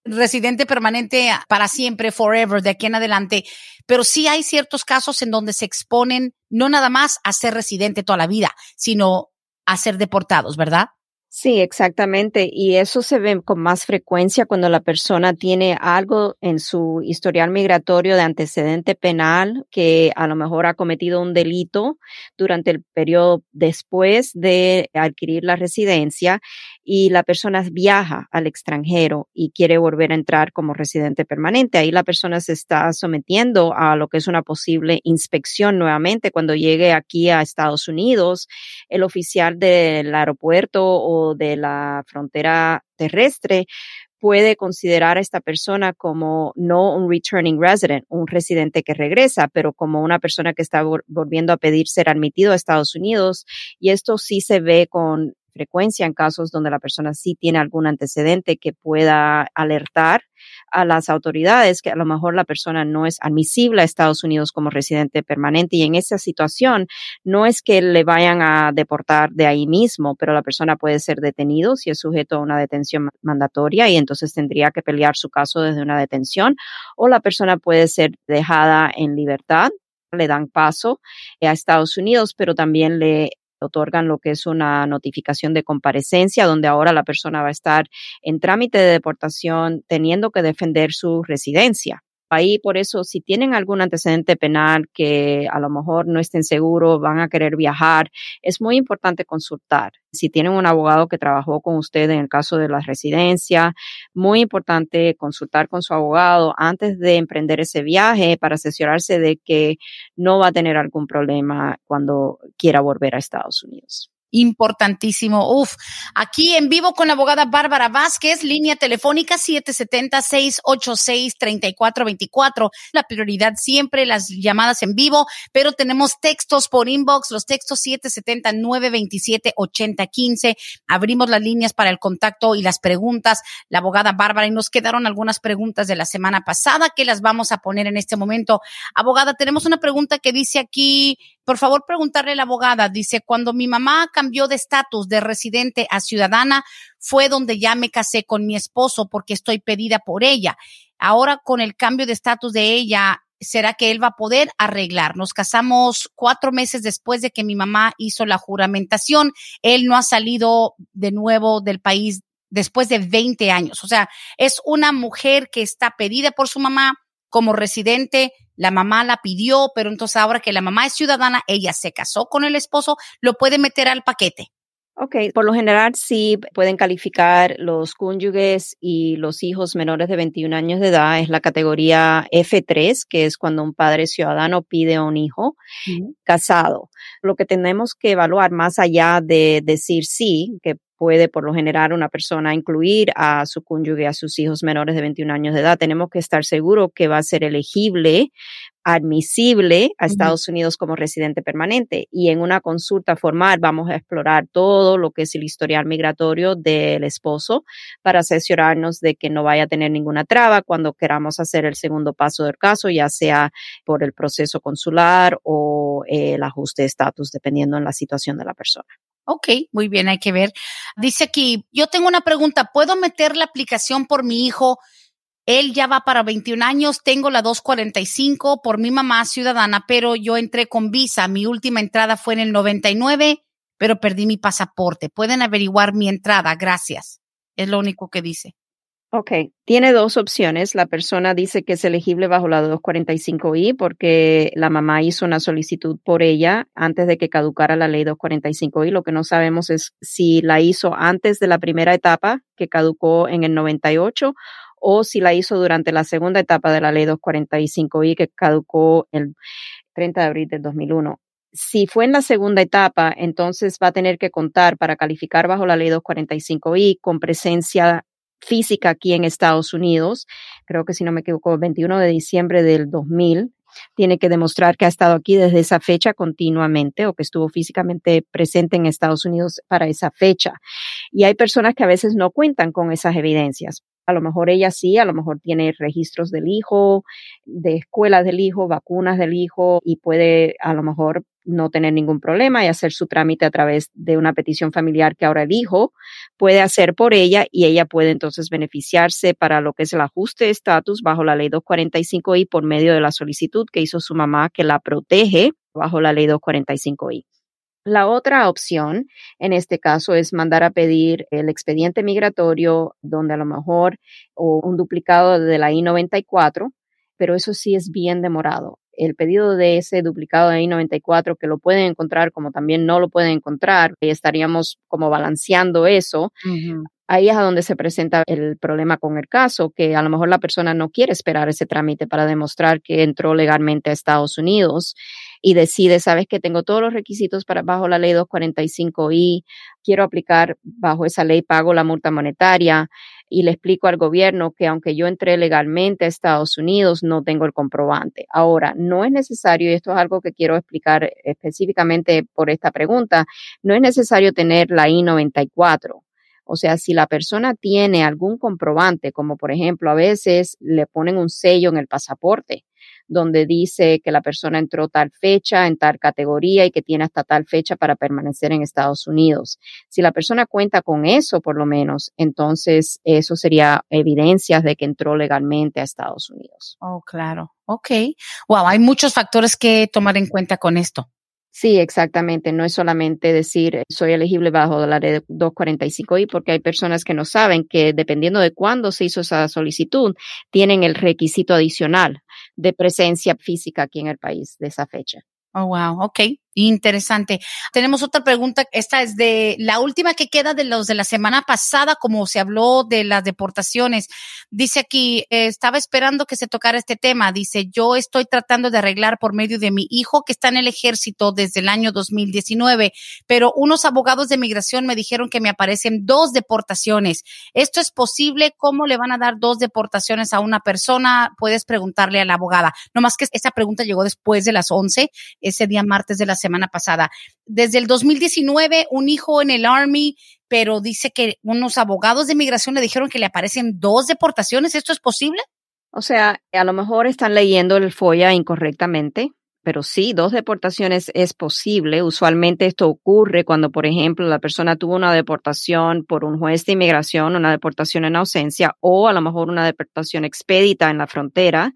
residente permanente para siempre, forever, de aquí en adelante. Pero sí hay ciertos casos en donde se exponen no nada más a ser residente toda la vida, sino a ser deportados, ¿verdad? Sí, exactamente. Y eso se ve con más frecuencia cuando la persona tiene algo en su historial migratorio de antecedente penal, que a lo mejor ha cometido un delito durante el periodo después de adquirir la residencia y la persona viaja al extranjero y quiere volver a entrar como residente permanente. Ahí la persona se está sometiendo a lo que es una posible inspección nuevamente cuando llegue aquí a Estados Unidos. El oficial del aeropuerto o de la frontera terrestre puede considerar a esta persona como no un returning resident, un residente que regresa, pero como una persona que está volviendo a pedir ser admitido a Estados Unidos. Y esto sí se ve con frecuencia en casos donde la persona sí tiene algún antecedente que pueda alertar a las autoridades que a lo mejor la persona no es admisible a Estados Unidos como residente permanente, y en esa situación no es que le vayan a deportar de ahí mismo, pero la persona puede ser detenido si es sujeto a una detención mandatoria y entonces tendría que pelear su caso desde una detención, o la persona puede ser dejada en libertad, le dan paso a Estados Unidos, pero también le otorgan lo que es una notificación de comparecencia, donde ahora la persona va a estar en trámite de deportación teniendo que defender su residencia. Ahí, por eso, si tienen algún antecedente penal que a lo mejor no estén seguros, van a querer viajar, es muy importante consultar. Si tienen un abogado que trabajó con usted en el caso de la residencia, muy importante consultar con su abogado antes de emprender ese viaje para asegurarse de que no va a tener algún problema cuando quiera volver a Estados Unidos. Importantísimo. Uf, aquí en vivo con la abogada Bárbara Vázquez, línea telefónica siete siete cero, seis ocho seis, tres cuatro dos cuatro. La prioridad siempre, las llamadas en vivo, pero tenemos textos por inbox, los textos siete siete cero, nueve dos siete, ocho cero uno cinco. Abrimos las líneas para el contacto y las preguntas. La abogada Bárbara, y nos quedaron algunas preguntas de la semana pasada que las vamos a poner en este momento. Abogada, tenemos una pregunta que dice aquí, por favor preguntarle a la abogada, dice, cuando mi mamá cambió de estatus de residente a ciudadana, fue donde ya me casé con mi esposo porque estoy pedida por ella. Ahora con el cambio de estatus de ella, ¿será que él va a poder arreglar? Nos casamos cuatro meses después de que mi mamá hizo la juramentación. Él no ha salido de nuevo del país después de veinte años. O sea, es una mujer que está pedida por su mamá como residente. La mamá la pidió, pero entonces ahora que la mamá es ciudadana, ella se casó con el esposo, lo puede meter al paquete. Ok, por lo general sí pueden calificar los cónyuges y los hijos menores de veintiún años de edad. Es la categoría F tres, que es cuando un padre ciudadano pide a un hijo uh-huh. casado. Lo que tenemos que evaluar más allá de decir sí, que puede por lo general una persona incluir a su cónyuge, a sus hijos menores de veintiún años de edad, tenemos que estar seguros que va a ser elegible, admisible a Estados uh-huh. Unidos como residente permanente. Y en una consulta formal vamos a explorar todo lo que es el historial migratorio del esposo para asegurarnos de que no vaya a tener ninguna traba cuando queramos hacer el segundo paso del caso, ya sea por el proceso consular o eh, el ajuste de estatus, dependiendo de la situación de la persona. Ok, muy bien, hay que ver. Dice aquí, yo tengo una pregunta, ¿puedo meter la aplicación por mi hijo? Él ya va para veintiún años, tengo la dos cuarenta y cinco por mi mamá ciudadana, pero yo entré con visa. Mi última entrada fue en el noventa y nueve, pero perdí mi pasaporte. ¿Pueden averiguar mi entrada? Gracias. Es lo único que dice. Ok, tiene dos opciones. La persona dice que es elegible bajo la dos cuarenta y cinco I porque la mamá hizo una solicitud por ella antes de que caducara la ley dos cuarenta y cinco I. Lo que no sabemos es si la hizo antes de la primera etapa que caducó en el noventa y ocho o si la hizo durante la segunda etapa de la ley dos cuarenta y cinco I que caducó el treinta de abril del dos mil uno. Si fue en la segunda etapa, entonces va a tener que contar para calificar bajo la ley dos cuarenta y cinco I con presencia física aquí en Estados Unidos. Creo que si no me equivoco, el veintiuno de diciembre del dos mil. Tiene que demostrar que ha estado aquí desde esa fecha continuamente o que estuvo físicamente presente en Estados Unidos para esa fecha. Y hay personas que a veces no cuentan con esas evidencias. A lo mejor ella sí, a lo mejor tiene registros del hijo, de escuelas del hijo, vacunas del hijo y puede a lo mejor no tener ningún problema y hacer su trámite a través de una petición familiar que ahora el hijo puede hacer por ella y ella puede entonces beneficiarse para lo que es el ajuste de estatus bajo la ley doscientos cuarenta y cinco I por medio de la solicitud que hizo su mamá que la protege bajo la ley doscientos cuarenta y cinco I. La otra opción en este caso es mandar a pedir el expediente migratorio donde a lo mejor o un duplicado de la I noventa y cuatro, pero eso sí es bien demorado. El pedido de ese duplicado de I noventa y cuatro que lo pueden encontrar como también no lo pueden encontrar y estaríamos como balanceando eso. Uh-huh. Ahí es a donde se presenta el problema con el caso, que a lo mejor la persona no quiere esperar ese trámite para demostrar que entró legalmente a Estados Unidos y decide, sabes que tengo todos los requisitos para bajo la ley doscientos cuarenta y cinco I, quiero aplicar bajo esa ley, pago la multa monetaria y le explico al gobierno que aunque yo entré legalmente a Estados Unidos, no tengo el comprobante. Ahora, no es necesario, y esto es algo que quiero explicar específicamente por esta pregunta, no es necesario tener la I noventa y cuatro. O sea, si la persona tiene algún comprobante, como por ejemplo a veces le ponen un sello en el pasaporte, donde dice que la persona entró tal fecha, en tal categoría y que tiene hasta tal fecha para permanecer en Estados Unidos. Si la persona cuenta con eso, por lo menos, entonces eso sería evidencias de que entró legalmente a Estados Unidos. Oh, claro. Ok. Wow, hay muchos factores que tomar en cuenta con esto. Sí, exactamente. No es solamente decir soy elegible bajo la ley doscientos cuarenta y cinco I, porque hay personas que no saben que dependiendo de cuándo se hizo esa solicitud, tienen el requisito adicional de presencia física aquí en el país de esa fecha. Oh, wow. Ok. Interesante. Tenemos otra pregunta. Esta es de la última que queda de los de la semana pasada, como se habló de las deportaciones. Dice aquí, eh, estaba esperando que se tocara este tema. Dice, yo estoy tratando de arreglar por medio de mi hijo que está en el ejército desde el año dos mil diecinueve, pero unos abogados de migración me dijeron que me aparecen dos deportaciones. ¿Esto es posible? ¿Cómo le van a dar dos deportaciones a una persona? Puedes preguntarle a la abogada. No más que esta pregunta llegó después de las once, ese día martes de la semana pasada. Desde el dos mil diecinueve, un hijo en el Army, pero dice que unos abogados de migración le dijeron que le aparecen dos deportaciones. ¿Esto es posible? O sea, a lo mejor están leyendo el FOIA incorrectamente, pero sí, dos deportaciones es posible. Usualmente esto ocurre cuando, por ejemplo, la persona tuvo una deportación por un juez de inmigración, una deportación en ausencia, o a lo mejor una deportación expedita en la frontera,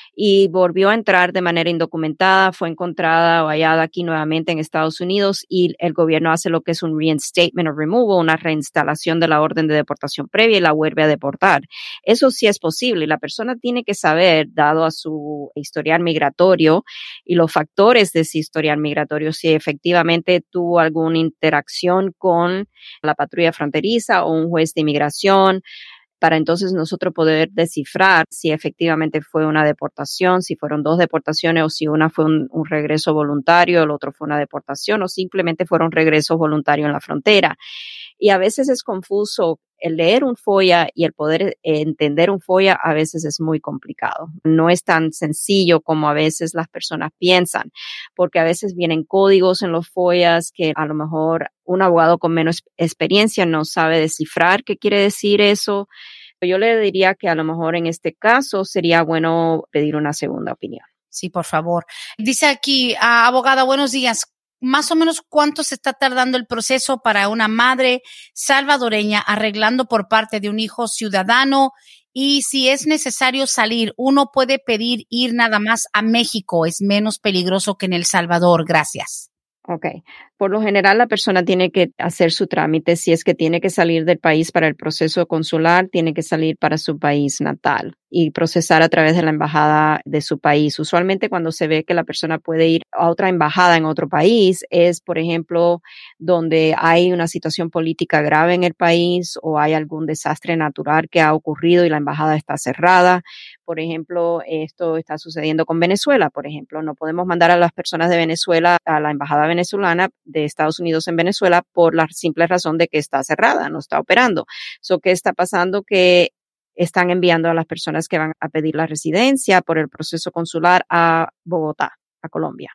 y volvió a entrar de manera indocumentada, fue encontrada o hallada aquí nuevamente en Estados Unidos y el gobierno hace lo que es un reinstatement of removal, una reinstalación de la orden de deportación previa y la vuelve a deportar. Eso sí es posible y la persona tiene que saber, dado a su historial migratorio y los factores de ese historial migratorio, si efectivamente tuvo alguna interacción con la patrulla fronteriza o un juez de inmigración, para entonces nosotros poder descifrar si efectivamente fue una deportación, si fueron dos deportaciones o si una fue un, un regreso voluntario, el otro fue una deportación o simplemente fueron regresos voluntarios en la frontera. Y a veces es confuso. El leer un FOIA y el poder entender un FOIA a veces es muy complicado. No es tan sencillo como a veces las personas piensan, porque a veces vienen códigos en los FOIAs que a lo mejor un abogado con menos experiencia no sabe descifrar qué quiere decir eso. Yo le diría que a lo mejor en este caso sería bueno pedir una segunda opinión. Sí, por favor. Dice aquí, ah, abogada, buenos días. Más o menos cuánto se está tardando el proceso para una madre salvadoreña arreglando por parte de un hijo ciudadano y si es necesario salir, uno puede pedir ir nada más a México, es menos peligroso que en El Salvador. Gracias. Ok. Por lo general, la persona tiene que hacer su trámite. Si es que tiene que salir del país para el proceso consular, tiene que salir para su país natal y procesar a través de la embajada de su país. Usualmente, cuando se ve que la persona puede ir a otra embajada en otro país, es, por ejemplo, donde hay una situación política grave en el país o hay algún desastre natural que ha ocurrido y la embajada está cerrada. Por ejemplo, esto está sucediendo con Venezuela. Por ejemplo, no podemos mandar a las personas de Venezuela a la embajada venezolana de Estados Unidos en Venezuela por la simple razón de que está cerrada, no está operando. So, ¿qué está pasando? Que están enviando a las personas que van a pedir la residencia por el proceso consular a Bogotá, a Colombia,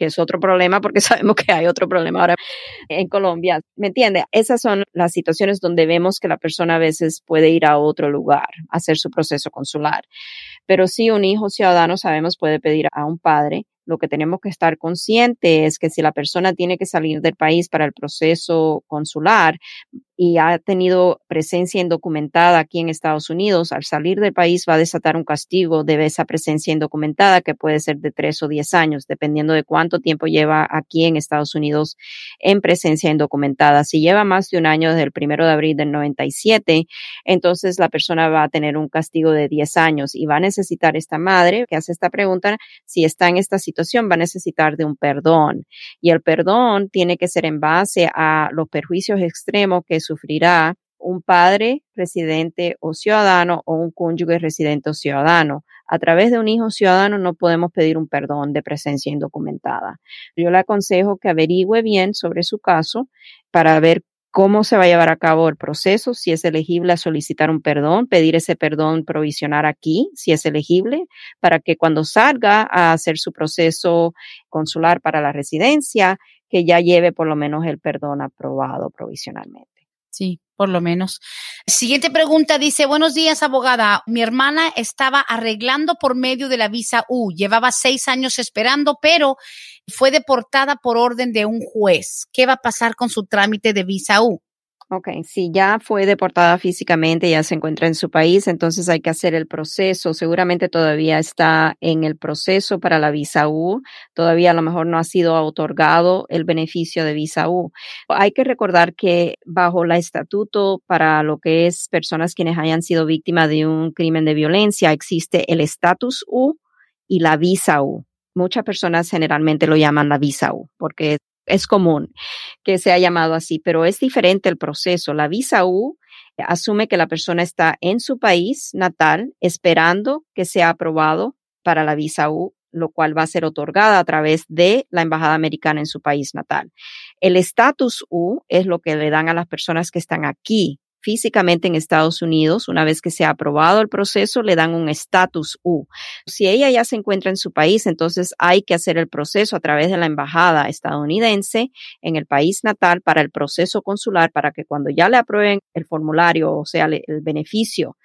que es otro problema porque sabemos que hay otro problema ahora en Colombia. ¿Me entiende? Esas son las situaciones donde vemos que la persona a veces puede ir a otro lugar a hacer su proceso consular. Pero sí, un hijo ciudadano, sabemos, puede pedir a un padre. Lo que tenemos que estar conscientes es que si la persona tiene que salir del país para el proceso consular y ha tenido presencia indocumentada aquí en Estados Unidos, al salir del país va a desatar un castigo de esa presencia indocumentada que puede ser de tres o diez años, dependiendo de cuánto tiempo lleva aquí en Estados Unidos en presencia indocumentada. Si lleva más de un año desde el primero de abril del noventa y siete, entonces la persona va a tener un castigo de diez años y va a necesitar esta madre que hace esta pregunta, si está en esta situación, va a necesitar de un perdón. Y el perdón tiene que ser en base a los perjuicios extremos que sufrirá un padre residente o ciudadano o un cónyuge residente o ciudadano. A través de un hijo ciudadano no podemos pedir un perdón de presencia indocumentada. Yo le aconsejo que averigüe bien sobre su caso para ver cómo se va a llevar a cabo el proceso, si es elegible a solicitar un perdón, pedir ese perdón provisional aquí, si es elegible, para que cuando salga a hacer su proceso consular para la residencia, que ya lleve por lo menos el perdón aprobado provisionalmente. Sí, por lo menos. Siguiente pregunta dice, buenos días, abogada. Mi hermana estaba arreglando por medio de la visa U. Llevaba seis años esperando, pero fue deportada por orden de un juez. ¿Qué va a pasar con su trámite de visa U? Ok, si ya fue deportada físicamente, ya se encuentra en su país, entonces hay que hacer el proceso. Seguramente todavía está en el proceso para la visa U. Todavía a lo mejor no ha sido otorgado el beneficio de visa U. Hay que recordar que bajo el estatuto para lo que es personas quienes hayan sido víctimas de un crimen de violencia, existe el estatus U y la visa U. Muchas personas generalmente lo llaman la visa U porque es común que sea llamado así, pero es diferente el proceso. La visa U asume que la persona está en su país natal esperando que sea aprobado para la visa U, lo cual va a ser otorgada a través de la embajada americana en su país natal. El estatus U es lo que le dan a las personas que están aquí físicamente en Estados Unidos. Una vez que se ha aprobado el proceso, le dan un estatus U. Si ella ya se encuentra en su país, entonces hay que hacer el proceso a través de la embajada estadounidense en el país natal para el proceso consular, para que cuando ya le aprueben el formulario, o sea, el beneficio,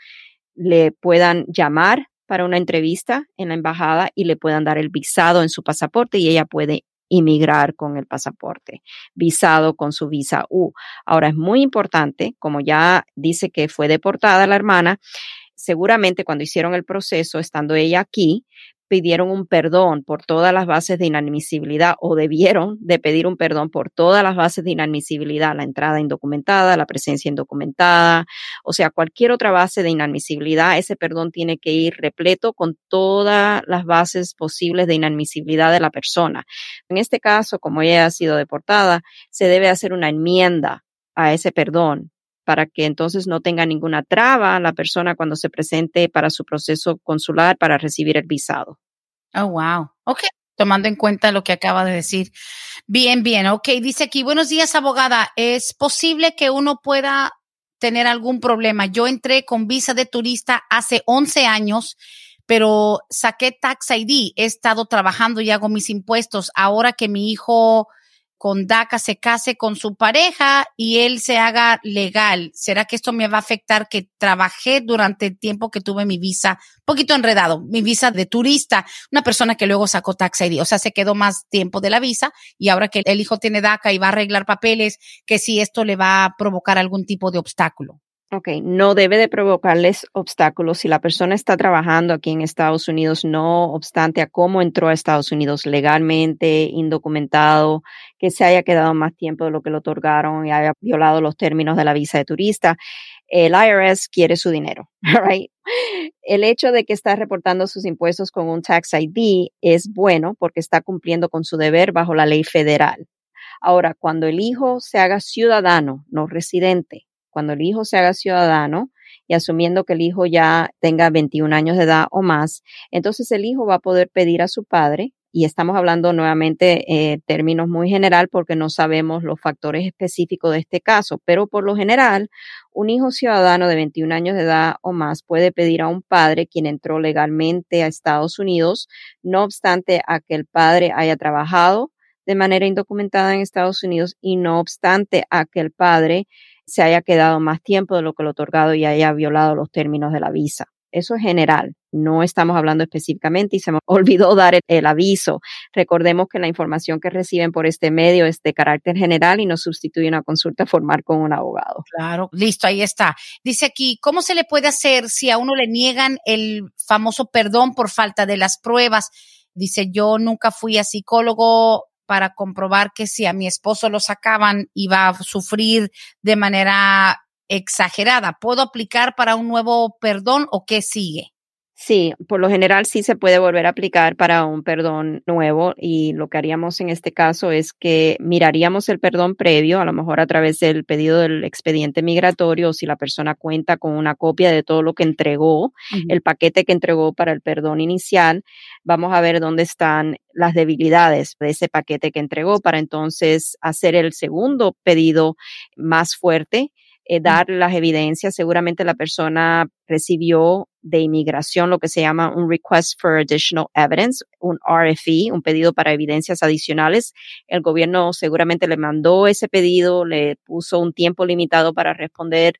le puedan llamar para una entrevista en la embajada y le puedan dar el visado en su pasaporte y ella puede inmigrar con el pasaporte, visado con su visa U. Ahora es muy importante, como ya dice que fue deportada la hermana, seguramente cuando hicieron el proceso, estando ella aquí, pidieron un perdón por todas las bases de inadmisibilidad o debieron de pedir un perdón por todas las bases de inadmisibilidad, la entrada indocumentada, la presencia indocumentada, o sea, cualquier otra base de inadmisibilidad, ese perdón tiene que ir repleto con todas las bases posibles de inadmisibilidad de la persona. En este caso, como ella ha sido deportada, se debe hacer una enmienda a ese perdón para que entonces no tenga ninguna traba la persona cuando se presente para su proceso consular para recibir el visado. Oh, wow. Ok, tomando en cuenta lo que acaba de decir. Bien, bien. Ok, dice aquí, buenos días, abogada. ¿Es posible que uno pueda tener algún problema? Yo entré con visa de turista hace once años, pero saqué Tax I D. He estado trabajando y hago mis impuestos. Ahora que mi hijo con DACA se case con su pareja y él se haga legal, ¿será que esto me va a afectar que trabajé durante el tiempo que tuve mi visa? Un poquito enredado, mi visa de turista, una persona que luego sacó Tax I D, o sea, se quedó más tiempo de la visa y ahora que el hijo tiene DACA y va a arreglar papeles, que si esto le va a provocar algún tipo de obstáculo. Ok, no debe de provocarles obstáculos si la persona está trabajando aquí en Estados Unidos, no obstante a cómo entró a Estados Unidos legalmente, indocumentado, que se haya quedado más tiempo de lo que le otorgaron y haya violado los términos de la visa de turista. El I R S quiere su dinero, right? El hecho de que está reportando sus impuestos con un Tax I D es bueno porque está cumpliendo con su deber bajo la ley federal. Ahora, cuando el hijo se haga ciudadano, no residente, cuando el hijo se haga ciudadano y asumiendo que el hijo ya tenga veintiún años de edad o más, entonces el hijo va a poder pedir a su padre Y estamos hablando nuevamente eh, términos muy general porque no sabemos los factores específicos de este caso, pero por lo general, un hijo ciudadano de veintiún años de edad o más puede pedir a un padre quien entró legalmente a Estados Unidos, no obstante a que el padre haya trabajado de manera indocumentada en Estados Unidos y no obstante a que el padre se haya quedado más tiempo de lo que lo otorgado y haya violado los términos de la visa. Eso es general, no estamos hablando específicamente y se me olvidó dar el, el aviso. Recordemos que la información que reciben por este medio es de carácter general y no sustituye una consulta formal con un abogado. Claro, listo, ahí está. Dice aquí, ¿cómo se le puede hacer si a uno le niegan el famoso perdón por falta de las pruebas? Dice, yo nunca fui a psicólogo para comprobar que si a mi esposo lo sacaban iba a sufrir de manera exagerada. ¿Puedo aplicar para un nuevo perdón o qué sigue? Sí, por lo general sí se puede volver a aplicar para un perdón nuevo y lo que haríamos en este caso es que miraríamos el perdón previo, a lo mejor a través del pedido del expediente migratorio o si la persona cuenta con una copia de todo lo que entregó, uh-huh. el paquete que entregó para el perdón inicial, vamos a ver dónde están las debilidades de ese paquete que entregó para entonces hacer el segundo pedido más fuerte. Eh, dar las evidencias. Seguramente la persona recibió de inmigración lo que se llama un Request for Additional Evidence, un R F E, un pedido para evidencias adicionales. El gobierno seguramente le mandó ese pedido, le puso un tiempo limitado para responder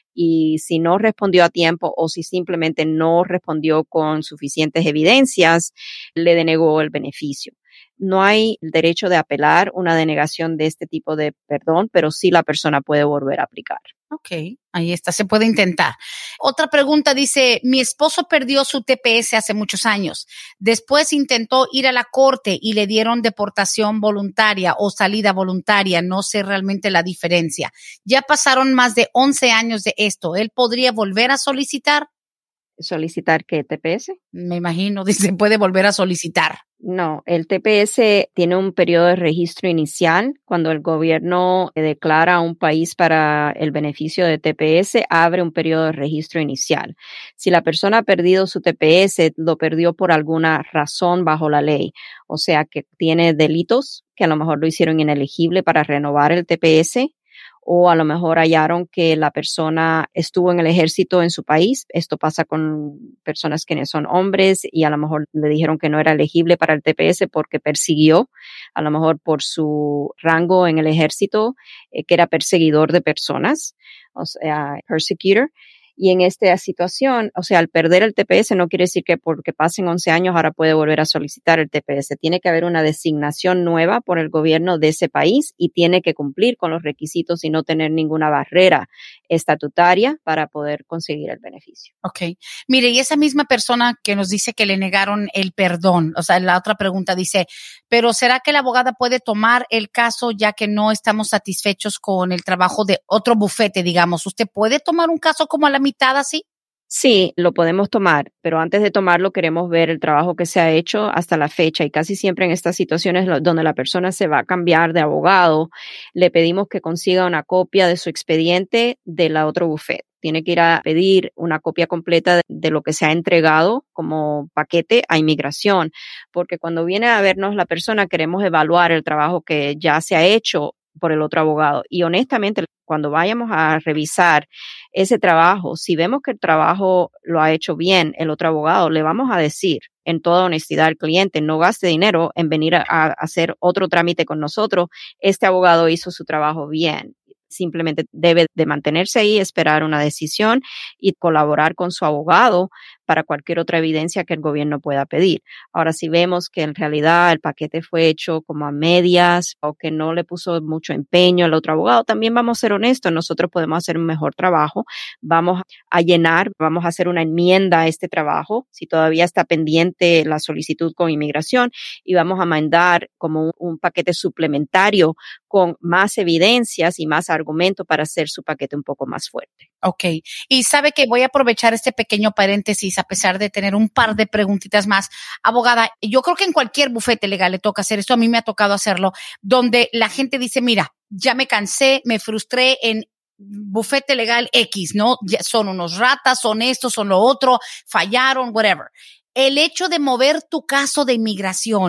y si no respondió a tiempo o si simplemente no respondió con suficientes evidencias, le denegó el beneficio. No hay el derecho de apelar una denegación de este tipo de perdón, pero sí la persona puede volver a aplicar. Ok, ahí está, se puede intentar. Otra pregunta dice, mi esposo perdió su T P S hace muchos años. Después intentó ir a la corte y le dieron deportación voluntaria o salida voluntaria. No sé realmente la diferencia. Ya pasaron más de once años de esto. ¿Él podría volver a solicitar? ¿Solicitar qué, T P S? Me imagino, dice, puede volver a solicitar. No, el T P S tiene un periodo de registro inicial. Cuando el gobierno declara a un país para el beneficio de T P S, abre un periodo de registro inicial. Si la persona ha perdido su T P S, lo perdió por alguna razón bajo la ley. O sea, que tiene delitos que a lo mejor lo hicieron inelegible para renovar el T P S. O a lo mejor hallaron que la persona estuvo en el ejército en su país. Esto pasa con personas que son hombres y a lo mejor le dijeron que no era elegible para el T P S porque persiguió, a lo mejor por su rango en el ejército, eh, que era perseguidor de personas, o sea, persecutor. Y en esta situación, o sea, al perder el T P S no quiere decir que porque pasen once años ahora puede volver a solicitar el T P S. Tiene que haber una designación nueva por el gobierno de ese país y tiene que cumplir con los requisitos y no tener ninguna barrera estatutaria para poder conseguir el beneficio. Ok. Mire, y esa misma persona que nos dice que le negaron el perdón, o sea, la otra pregunta dice, pero ¿será que la abogada puede tomar el caso ya que no estamos satisfechos con el trabajo de otro bufete, digamos? ¿Usted puede tomar un caso como a la mitad así? Sí, lo podemos tomar, pero antes de tomarlo queremos ver el trabajo que se ha hecho hasta la fecha y casi siempre en estas situaciones donde la persona se va a cambiar de abogado, le pedimos que consiga una copia de su expediente de la otro bufete. Tiene que ir a pedir una copia completa de, de lo que se ha entregado como paquete a inmigración, porque cuando viene a vernos la persona queremos evaluar el trabajo que ya se ha hecho por el otro abogado. Y honestamente, cuando vayamos a revisar ese trabajo, si vemos que el trabajo lo ha hecho bien el otro abogado, le vamos a decir en toda honestidad al cliente, no gaste dinero en venir a, a hacer otro trámite con nosotros. Este abogado hizo su trabajo bien. Simplemente debe de mantenerse ahí, esperar una decisión y colaborar con su abogado para cualquier otra evidencia que el gobierno pueda pedir. Ahora, si vemos que en realidad el paquete fue hecho como a medias o que no le puso mucho empeño al otro abogado, también vamos a ser honestos, nosotros podemos hacer un mejor trabajo, vamos a llenar, vamos a hacer una enmienda a este trabajo, si todavía está pendiente la solicitud con inmigración, y vamos a mandar como un, un paquete suplementario con más evidencias y más argumentos para hacer su paquete un poco más fuerte. Ok. Y sabe que voy a aprovechar este pequeño paréntesis a pesar de tener un par de preguntitas más. Abogada, yo creo que en cualquier bufete legal le toca hacer esto. A mí me ha tocado hacerlo, donde la gente dice, mira, ya me cansé, me frustré en bufete legal X, ¿no? Ya son unos ratas, son esto, son lo otro, fallaron, whatever. El hecho de mover tu caso de inmigración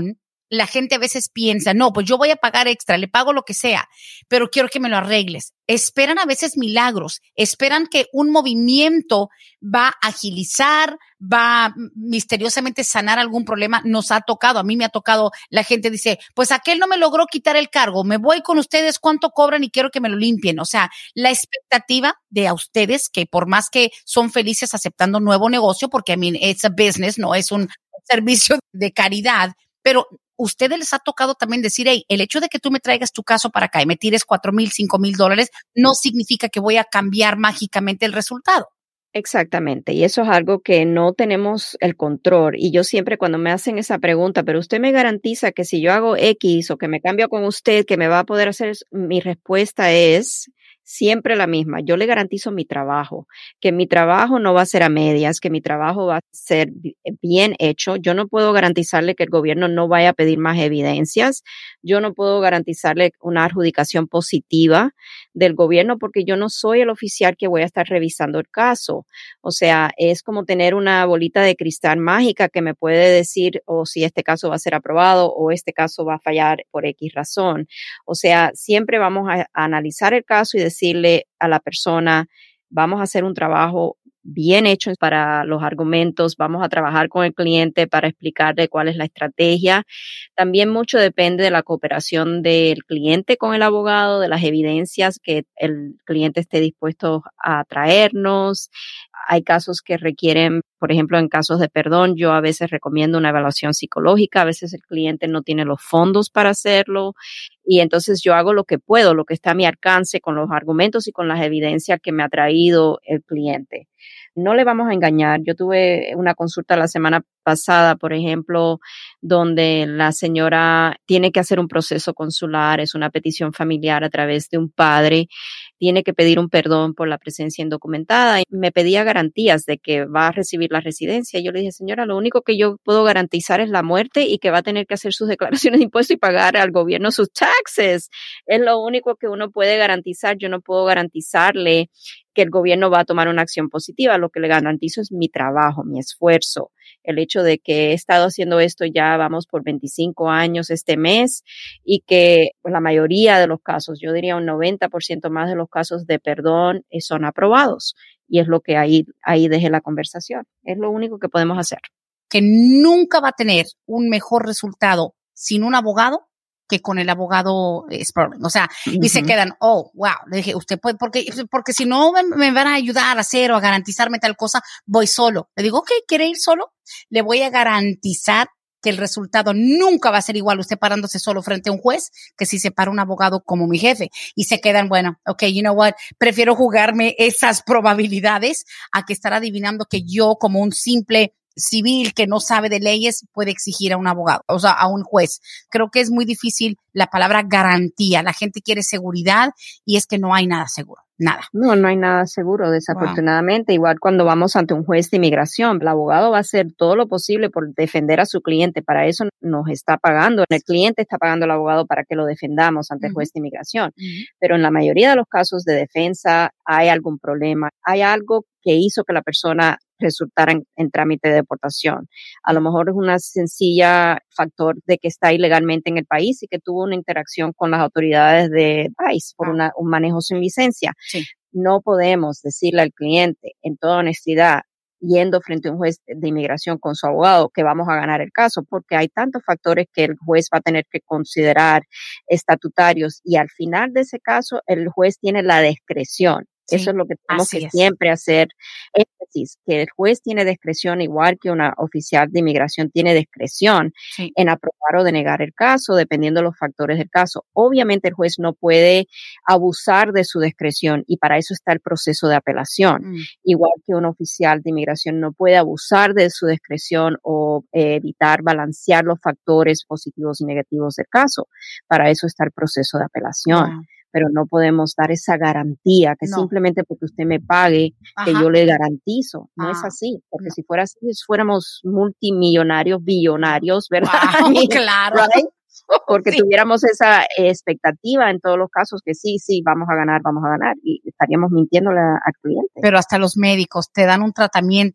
la gente a veces piensa, no, pues yo voy a pagar extra, le pago lo que sea, pero quiero que me lo arregles. Esperan a veces milagros, esperan que un movimiento va a agilizar, va a misteriosamente sanar algún problema. Nos ha tocado, a mí me ha tocado, la gente dice, pues aquel no me logró quitar el cargo, me voy con ustedes, ¿cuánto cobran? Y quiero que me lo limpien. O sea, la expectativa de a ustedes, que por más que son felices aceptando nuevo negocio, porque I mean, it's a business, no es un servicio de caridad, pero ustedes les ha tocado también decir, hey, el hecho de que tú me traigas tu caso para acá y me tires cuatro mil, cinco mil dólares, no significa que voy a cambiar mágicamente el resultado. Exactamente, y eso es algo que no tenemos el control. Y yo siempre cuando me hacen esa pregunta, pero usted me garantiza que si yo hago X o que me cambio con usted, que me va a poder hacer, mi respuesta es siempre la misma. Yo le garantizo mi trabajo, que mi trabajo no va a ser a medias, que mi trabajo va a ser bien hecho. Yo no puedo garantizarle que el gobierno no vaya a pedir más evidencias. Yo no puedo garantizarle una adjudicación positiva del gobierno porque yo no soy el oficial que voy a estar revisando el caso. O sea, es como tener una bolita de cristal mágica que me puede decir o oh, si este caso va a ser aprobado o este caso va a fallar por X razón. O sea, siempre vamos a, a analizar el caso y decirle a la persona, vamos a hacer un trabajo bien hecho para los argumentos, vamos a trabajar con el cliente para explicarle cuál es la estrategia. También mucho depende de la cooperación del cliente con el abogado, de las evidencias que el cliente esté dispuesto a traernos. Hay casos que requieren, por ejemplo, en casos de perdón, yo a veces recomiendo una evaluación psicológica, a veces el cliente no tiene los fondos para hacerlo y entonces yo hago lo que puedo, lo que está a mi alcance con los argumentos y con las evidencias que me ha traído el cliente. No le vamos a engañar. Yo tuve una consulta la semana pasada, por ejemplo, donde la señora tiene que hacer un proceso consular, es una petición familiar a través de un padre, tiene que pedir un perdón por la presencia indocumentada y me pedía garantías de que va a recibir la residencia. Yo le dije, señora, lo único que yo puedo garantizar es la muerte y que va a tener que hacer sus declaraciones de impuestos y pagar al gobierno sus taxes. Es lo único que uno puede garantizar. Yo no puedo garantizarle que el gobierno va a tomar una acción positiva. Lo que le garantizo es mi trabajo, mi esfuerzo. El hecho de que he estado haciendo esto ya vamos por veinticinco años este mes y que la mayoría de los casos, yo diría un noventa por ciento más de los casos de perdón son aprobados. Y es lo que ahí, ahí dejé la conversación. Es lo único que podemos hacer. Que nunca va a tener un mejor resultado sin un abogado que con el abogado Sperling. O sea, uh-huh. Y se quedan, oh, wow. Le dije, usted puede, porque, porque si no me, me van a ayudar a hacer o a garantizarme tal cosa, voy solo. Le digo, ok, ¿quiere ir solo? Le voy a garantizar que el resultado nunca va a ser igual usted parándose solo frente a un juez que si se para un abogado como mi jefe. Y se quedan, bueno, ok, you know what, prefiero jugarme esas probabilidades a que estar adivinando que yo como un simple civil que no sabe de leyes puede exigir a un abogado, o sea, a un juez. Creo que es muy difícil la palabra garantía. La gente quiere seguridad y es que no hay nada seguro. Nada. No, no hay nada seguro, desafortunadamente. Wow. Igual cuando vamos ante un juez de inmigración, el abogado va a hacer todo lo posible por defender a su cliente. Para eso nos está pagando. El cliente está pagando al abogado para que lo defendamos ante uh-huh. el juez de inmigración. Uh-huh. Pero en la mayoría de los casos de defensa hay algún problema. Hay algo que hizo que la persona resultara en, en trámite de deportación. A lo mejor es una sencilla factor de que está ilegalmente en el país y que tuvo una interacción con las autoridades de país por una, un manejo sin licencia. Sí. No podemos decirle al cliente en toda honestidad, yendo frente a un juez de inmigración con su abogado, que vamos a ganar el caso, porque hay tantos factores que el juez va a tener que considerar estatutarios y al final de ese caso el juez tiene la discreción. Sí, eso es lo que tenemos que es. siempre hacer énfasis, que el juez tiene discreción igual que una oficial de inmigración tiene discreción sí. en aprobar o denegar el caso, dependiendo de los factores del caso. Obviamente el juez no puede abusar de su discreción y para eso está el proceso de apelación. Mm. Igual que un oficial de inmigración no puede abusar de su discreción o eh, evitar balancear los factores positivos y negativos del caso. Para eso está el proceso de apelación. Wow. Pero no podemos dar esa garantía que no. simplemente porque usted me pague, Ajá. que yo le garantizo. No ah. es así, porque no. si fuera así, fuéramos multimillonarios, billonarios, ¿verdad? Wow, claro. Right? Porque sí. tuviéramos esa expectativa en todos los casos que sí, sí, vamos a ganar, vamos a ganar y estaríamos mintiéndole al cliente. Pero hasta los médicos te dan un tratamiento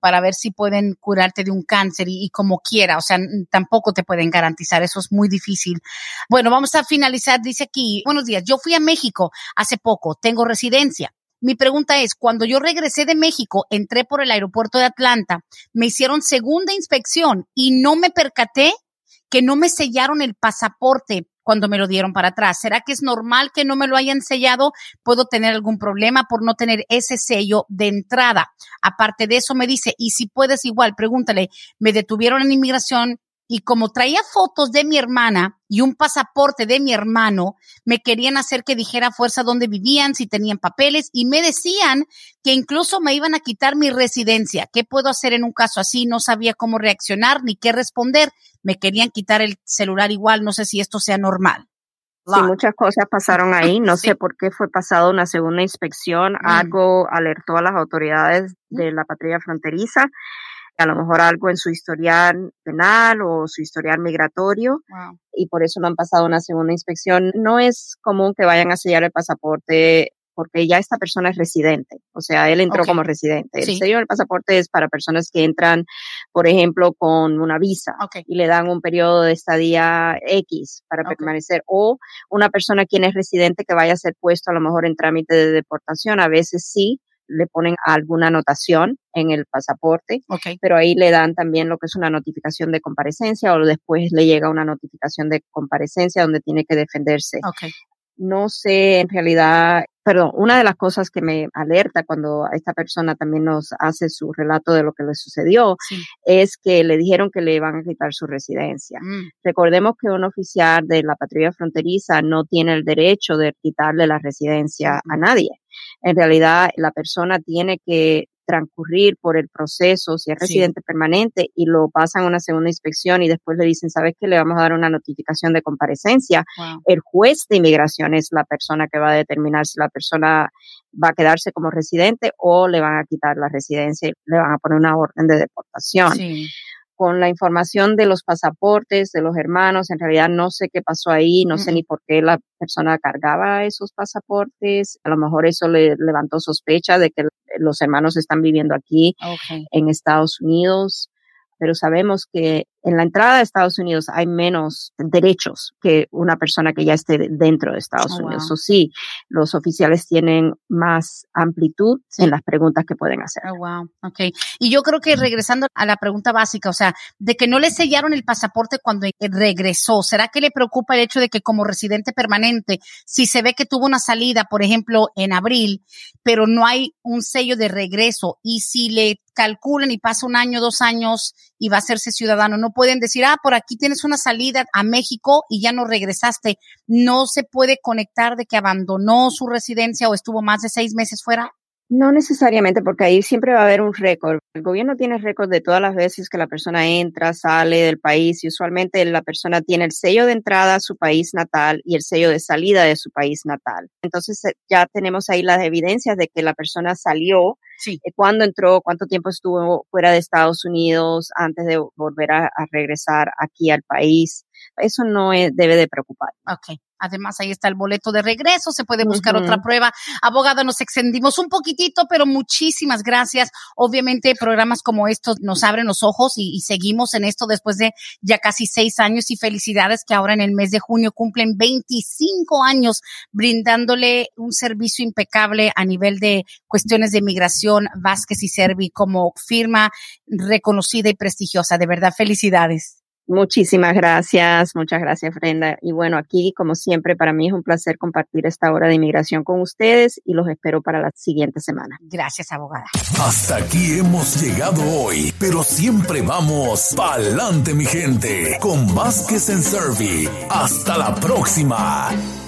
para ver si pueden curarte de un cáncer y, y como quiera, o sea, tampoco te pueden garantizar, eso es muy difícil. Bueno, vamos a finalizar, dice aquí, buenos días, yo fui a México hace poco, tengo residencia. Mi pregunta es, cuando yo regresé de México, entré por el aeropuerto de Atlanta, me hicieron segunda inspección y no me percaté que no me sellaron el pasaporte cuando me lo dieron para atrás. ¿Será que es normal que no me lo hayan sellado? ¿Puedo tener algún problema por no tener ese sello de entrada? Aparte de eso, me dice, y si puedes igual, pregúntale, me detuvieron en inmigración y como traía fotos de mi hermana y un pasaporte de mi hermano, me querían hacer que dijera a fuerza dónde vivían, si tenían papeles, y me decían que incluso me iban a quitar mi residencia. ¿Qué puedo hacer en un caso así? No sabía cómo reaccionar ni qué responder. Me querían quitar el celular igual. No sé si esto sea normal. Sí, muchas cosas pasaron ahí. No sí. sé por qué fue pasado una segunda inspección. Mm. Algo alertó a las autoridades de la patrulla fronteriza. A lo mejor algo en su historial penal o su historial migratorio, wow. y por eso no han pasado una segunda inspección. No es común que vayan a sellar el pasaporte porque ya esta persona es residente, o sea, él entró okay. como residente. El sí. sello del pasaporte es para personas que entran, por ejemplo, con una visa okay. y le dan un periodo de estadía X para okay. permanecer, o una persona quien es residente que vaya a ser puesto a lo mejor en trámite de deportación, a veces sí, le ponen alguna anotación en el pasaporte, okay. pero ahí le dan también lo que es una notificación de comparecencia o después le llega una notificación de comparecencia donde tiene que defenderse. Okay. No sé, en realidad, perdón, una de las cosas que me alerta cuando esta persona también nos hace su relato de lo que le sucedió sí. es que le dijeron que le van a quitar su residencia. Mm. Recordemos que un oficial de la patrulla fronteriza no tiene el derecho de quitarle la residencia mm. a nadie. En realidad, la persona tiene que transcurrir por el proceso, si es residente sí. permanente, y lo pasan a una segunda inspección y después le dicen, ¿sabes qué? Le vamos a dar una notificación de comparecencia. Wow. El juez de inmigración es la persona que va a determinar si la persona va a quedarse como residente o le van a quitar la residencia y le van a poner una orden de deportación. Sí. Con la información de los pasaportes de los hermanos, en realidad no sé qué pasó ahí, no mm. sé ni por qué la persona cargaba esos pasaportes. A lo mejor eso le levantó sospecha de que los hermanos están viviendo aquí okay. en Estados Unidos, pero sabemos que en la entrada de Estados Unidos hay menos derechos que una persona que ya esté dentro de Estados oh, Unidos. Wow. O sí, los oficiales tienen más amplitud sí. en las preguntas que pueden hacer. Oh, wow. Okay. Y yo creo que regresando a la pregunta básica, o sea, de que no le sellaron el pasaporte cuando regresó, ¿será que le preocupa el hecho de que como residente permanente, si se ve que tuvo una salida, por ejemplo, en abril, pero no hay un sello de regreso y si le calculan y pasa un año, dos años y va a hacerse ciudadano, no pueden decir, ah, por aquí tienes una salida a México y ya no regresaste. ¿No se puede conectar de que abandonó su residencia o estuvo más de seis meses fuera? No necesariamente, porque ahí siempre va a haber un récord. El gobierno tiene récord de todas las veces que la persona entra, sale del país y usualmente la persona tiene el sello de entrada a su país natal y el sello de salida de su país natal. Entonces ya tenemos ahí las evidencias de que la persona salió, sí. eh, cuándo entró, cuánto tiempo estuvo fuera de Estados Unidos antes de volver a, a regresar aquí al país. Eso no es, debe de preocupar. Okay. Además, ahí está el boleto de regreso, se puede buscar uh-huh. otra prueba. Abogada, nos extendimos un poquitito, pero muchísimas gracias. Obviamente, programas como estos nos abren los ojos y, y seguimos en esto después de ya casi seis años y felicidades que ahora en el mes de junio cumplen veinticinco años brindándole un servicio impecable a nivel de cuestiones de migración, Vázquez y Servi como firma reconocida y prestigiosa. De verdad, felicidades. Muchísimas gracias, muchas gracias, Brenda. Y bueno, aquí, como siempre, para mí es un placer compartir esta hora de inmigración con ustedes y los espero para la siguiente semana. Gracias, abogada. Hasta aquí hemos llegado hoy, pero siempre vamos pa'lante, mi gente, con Vázquez and Servi. Hasta la próxima.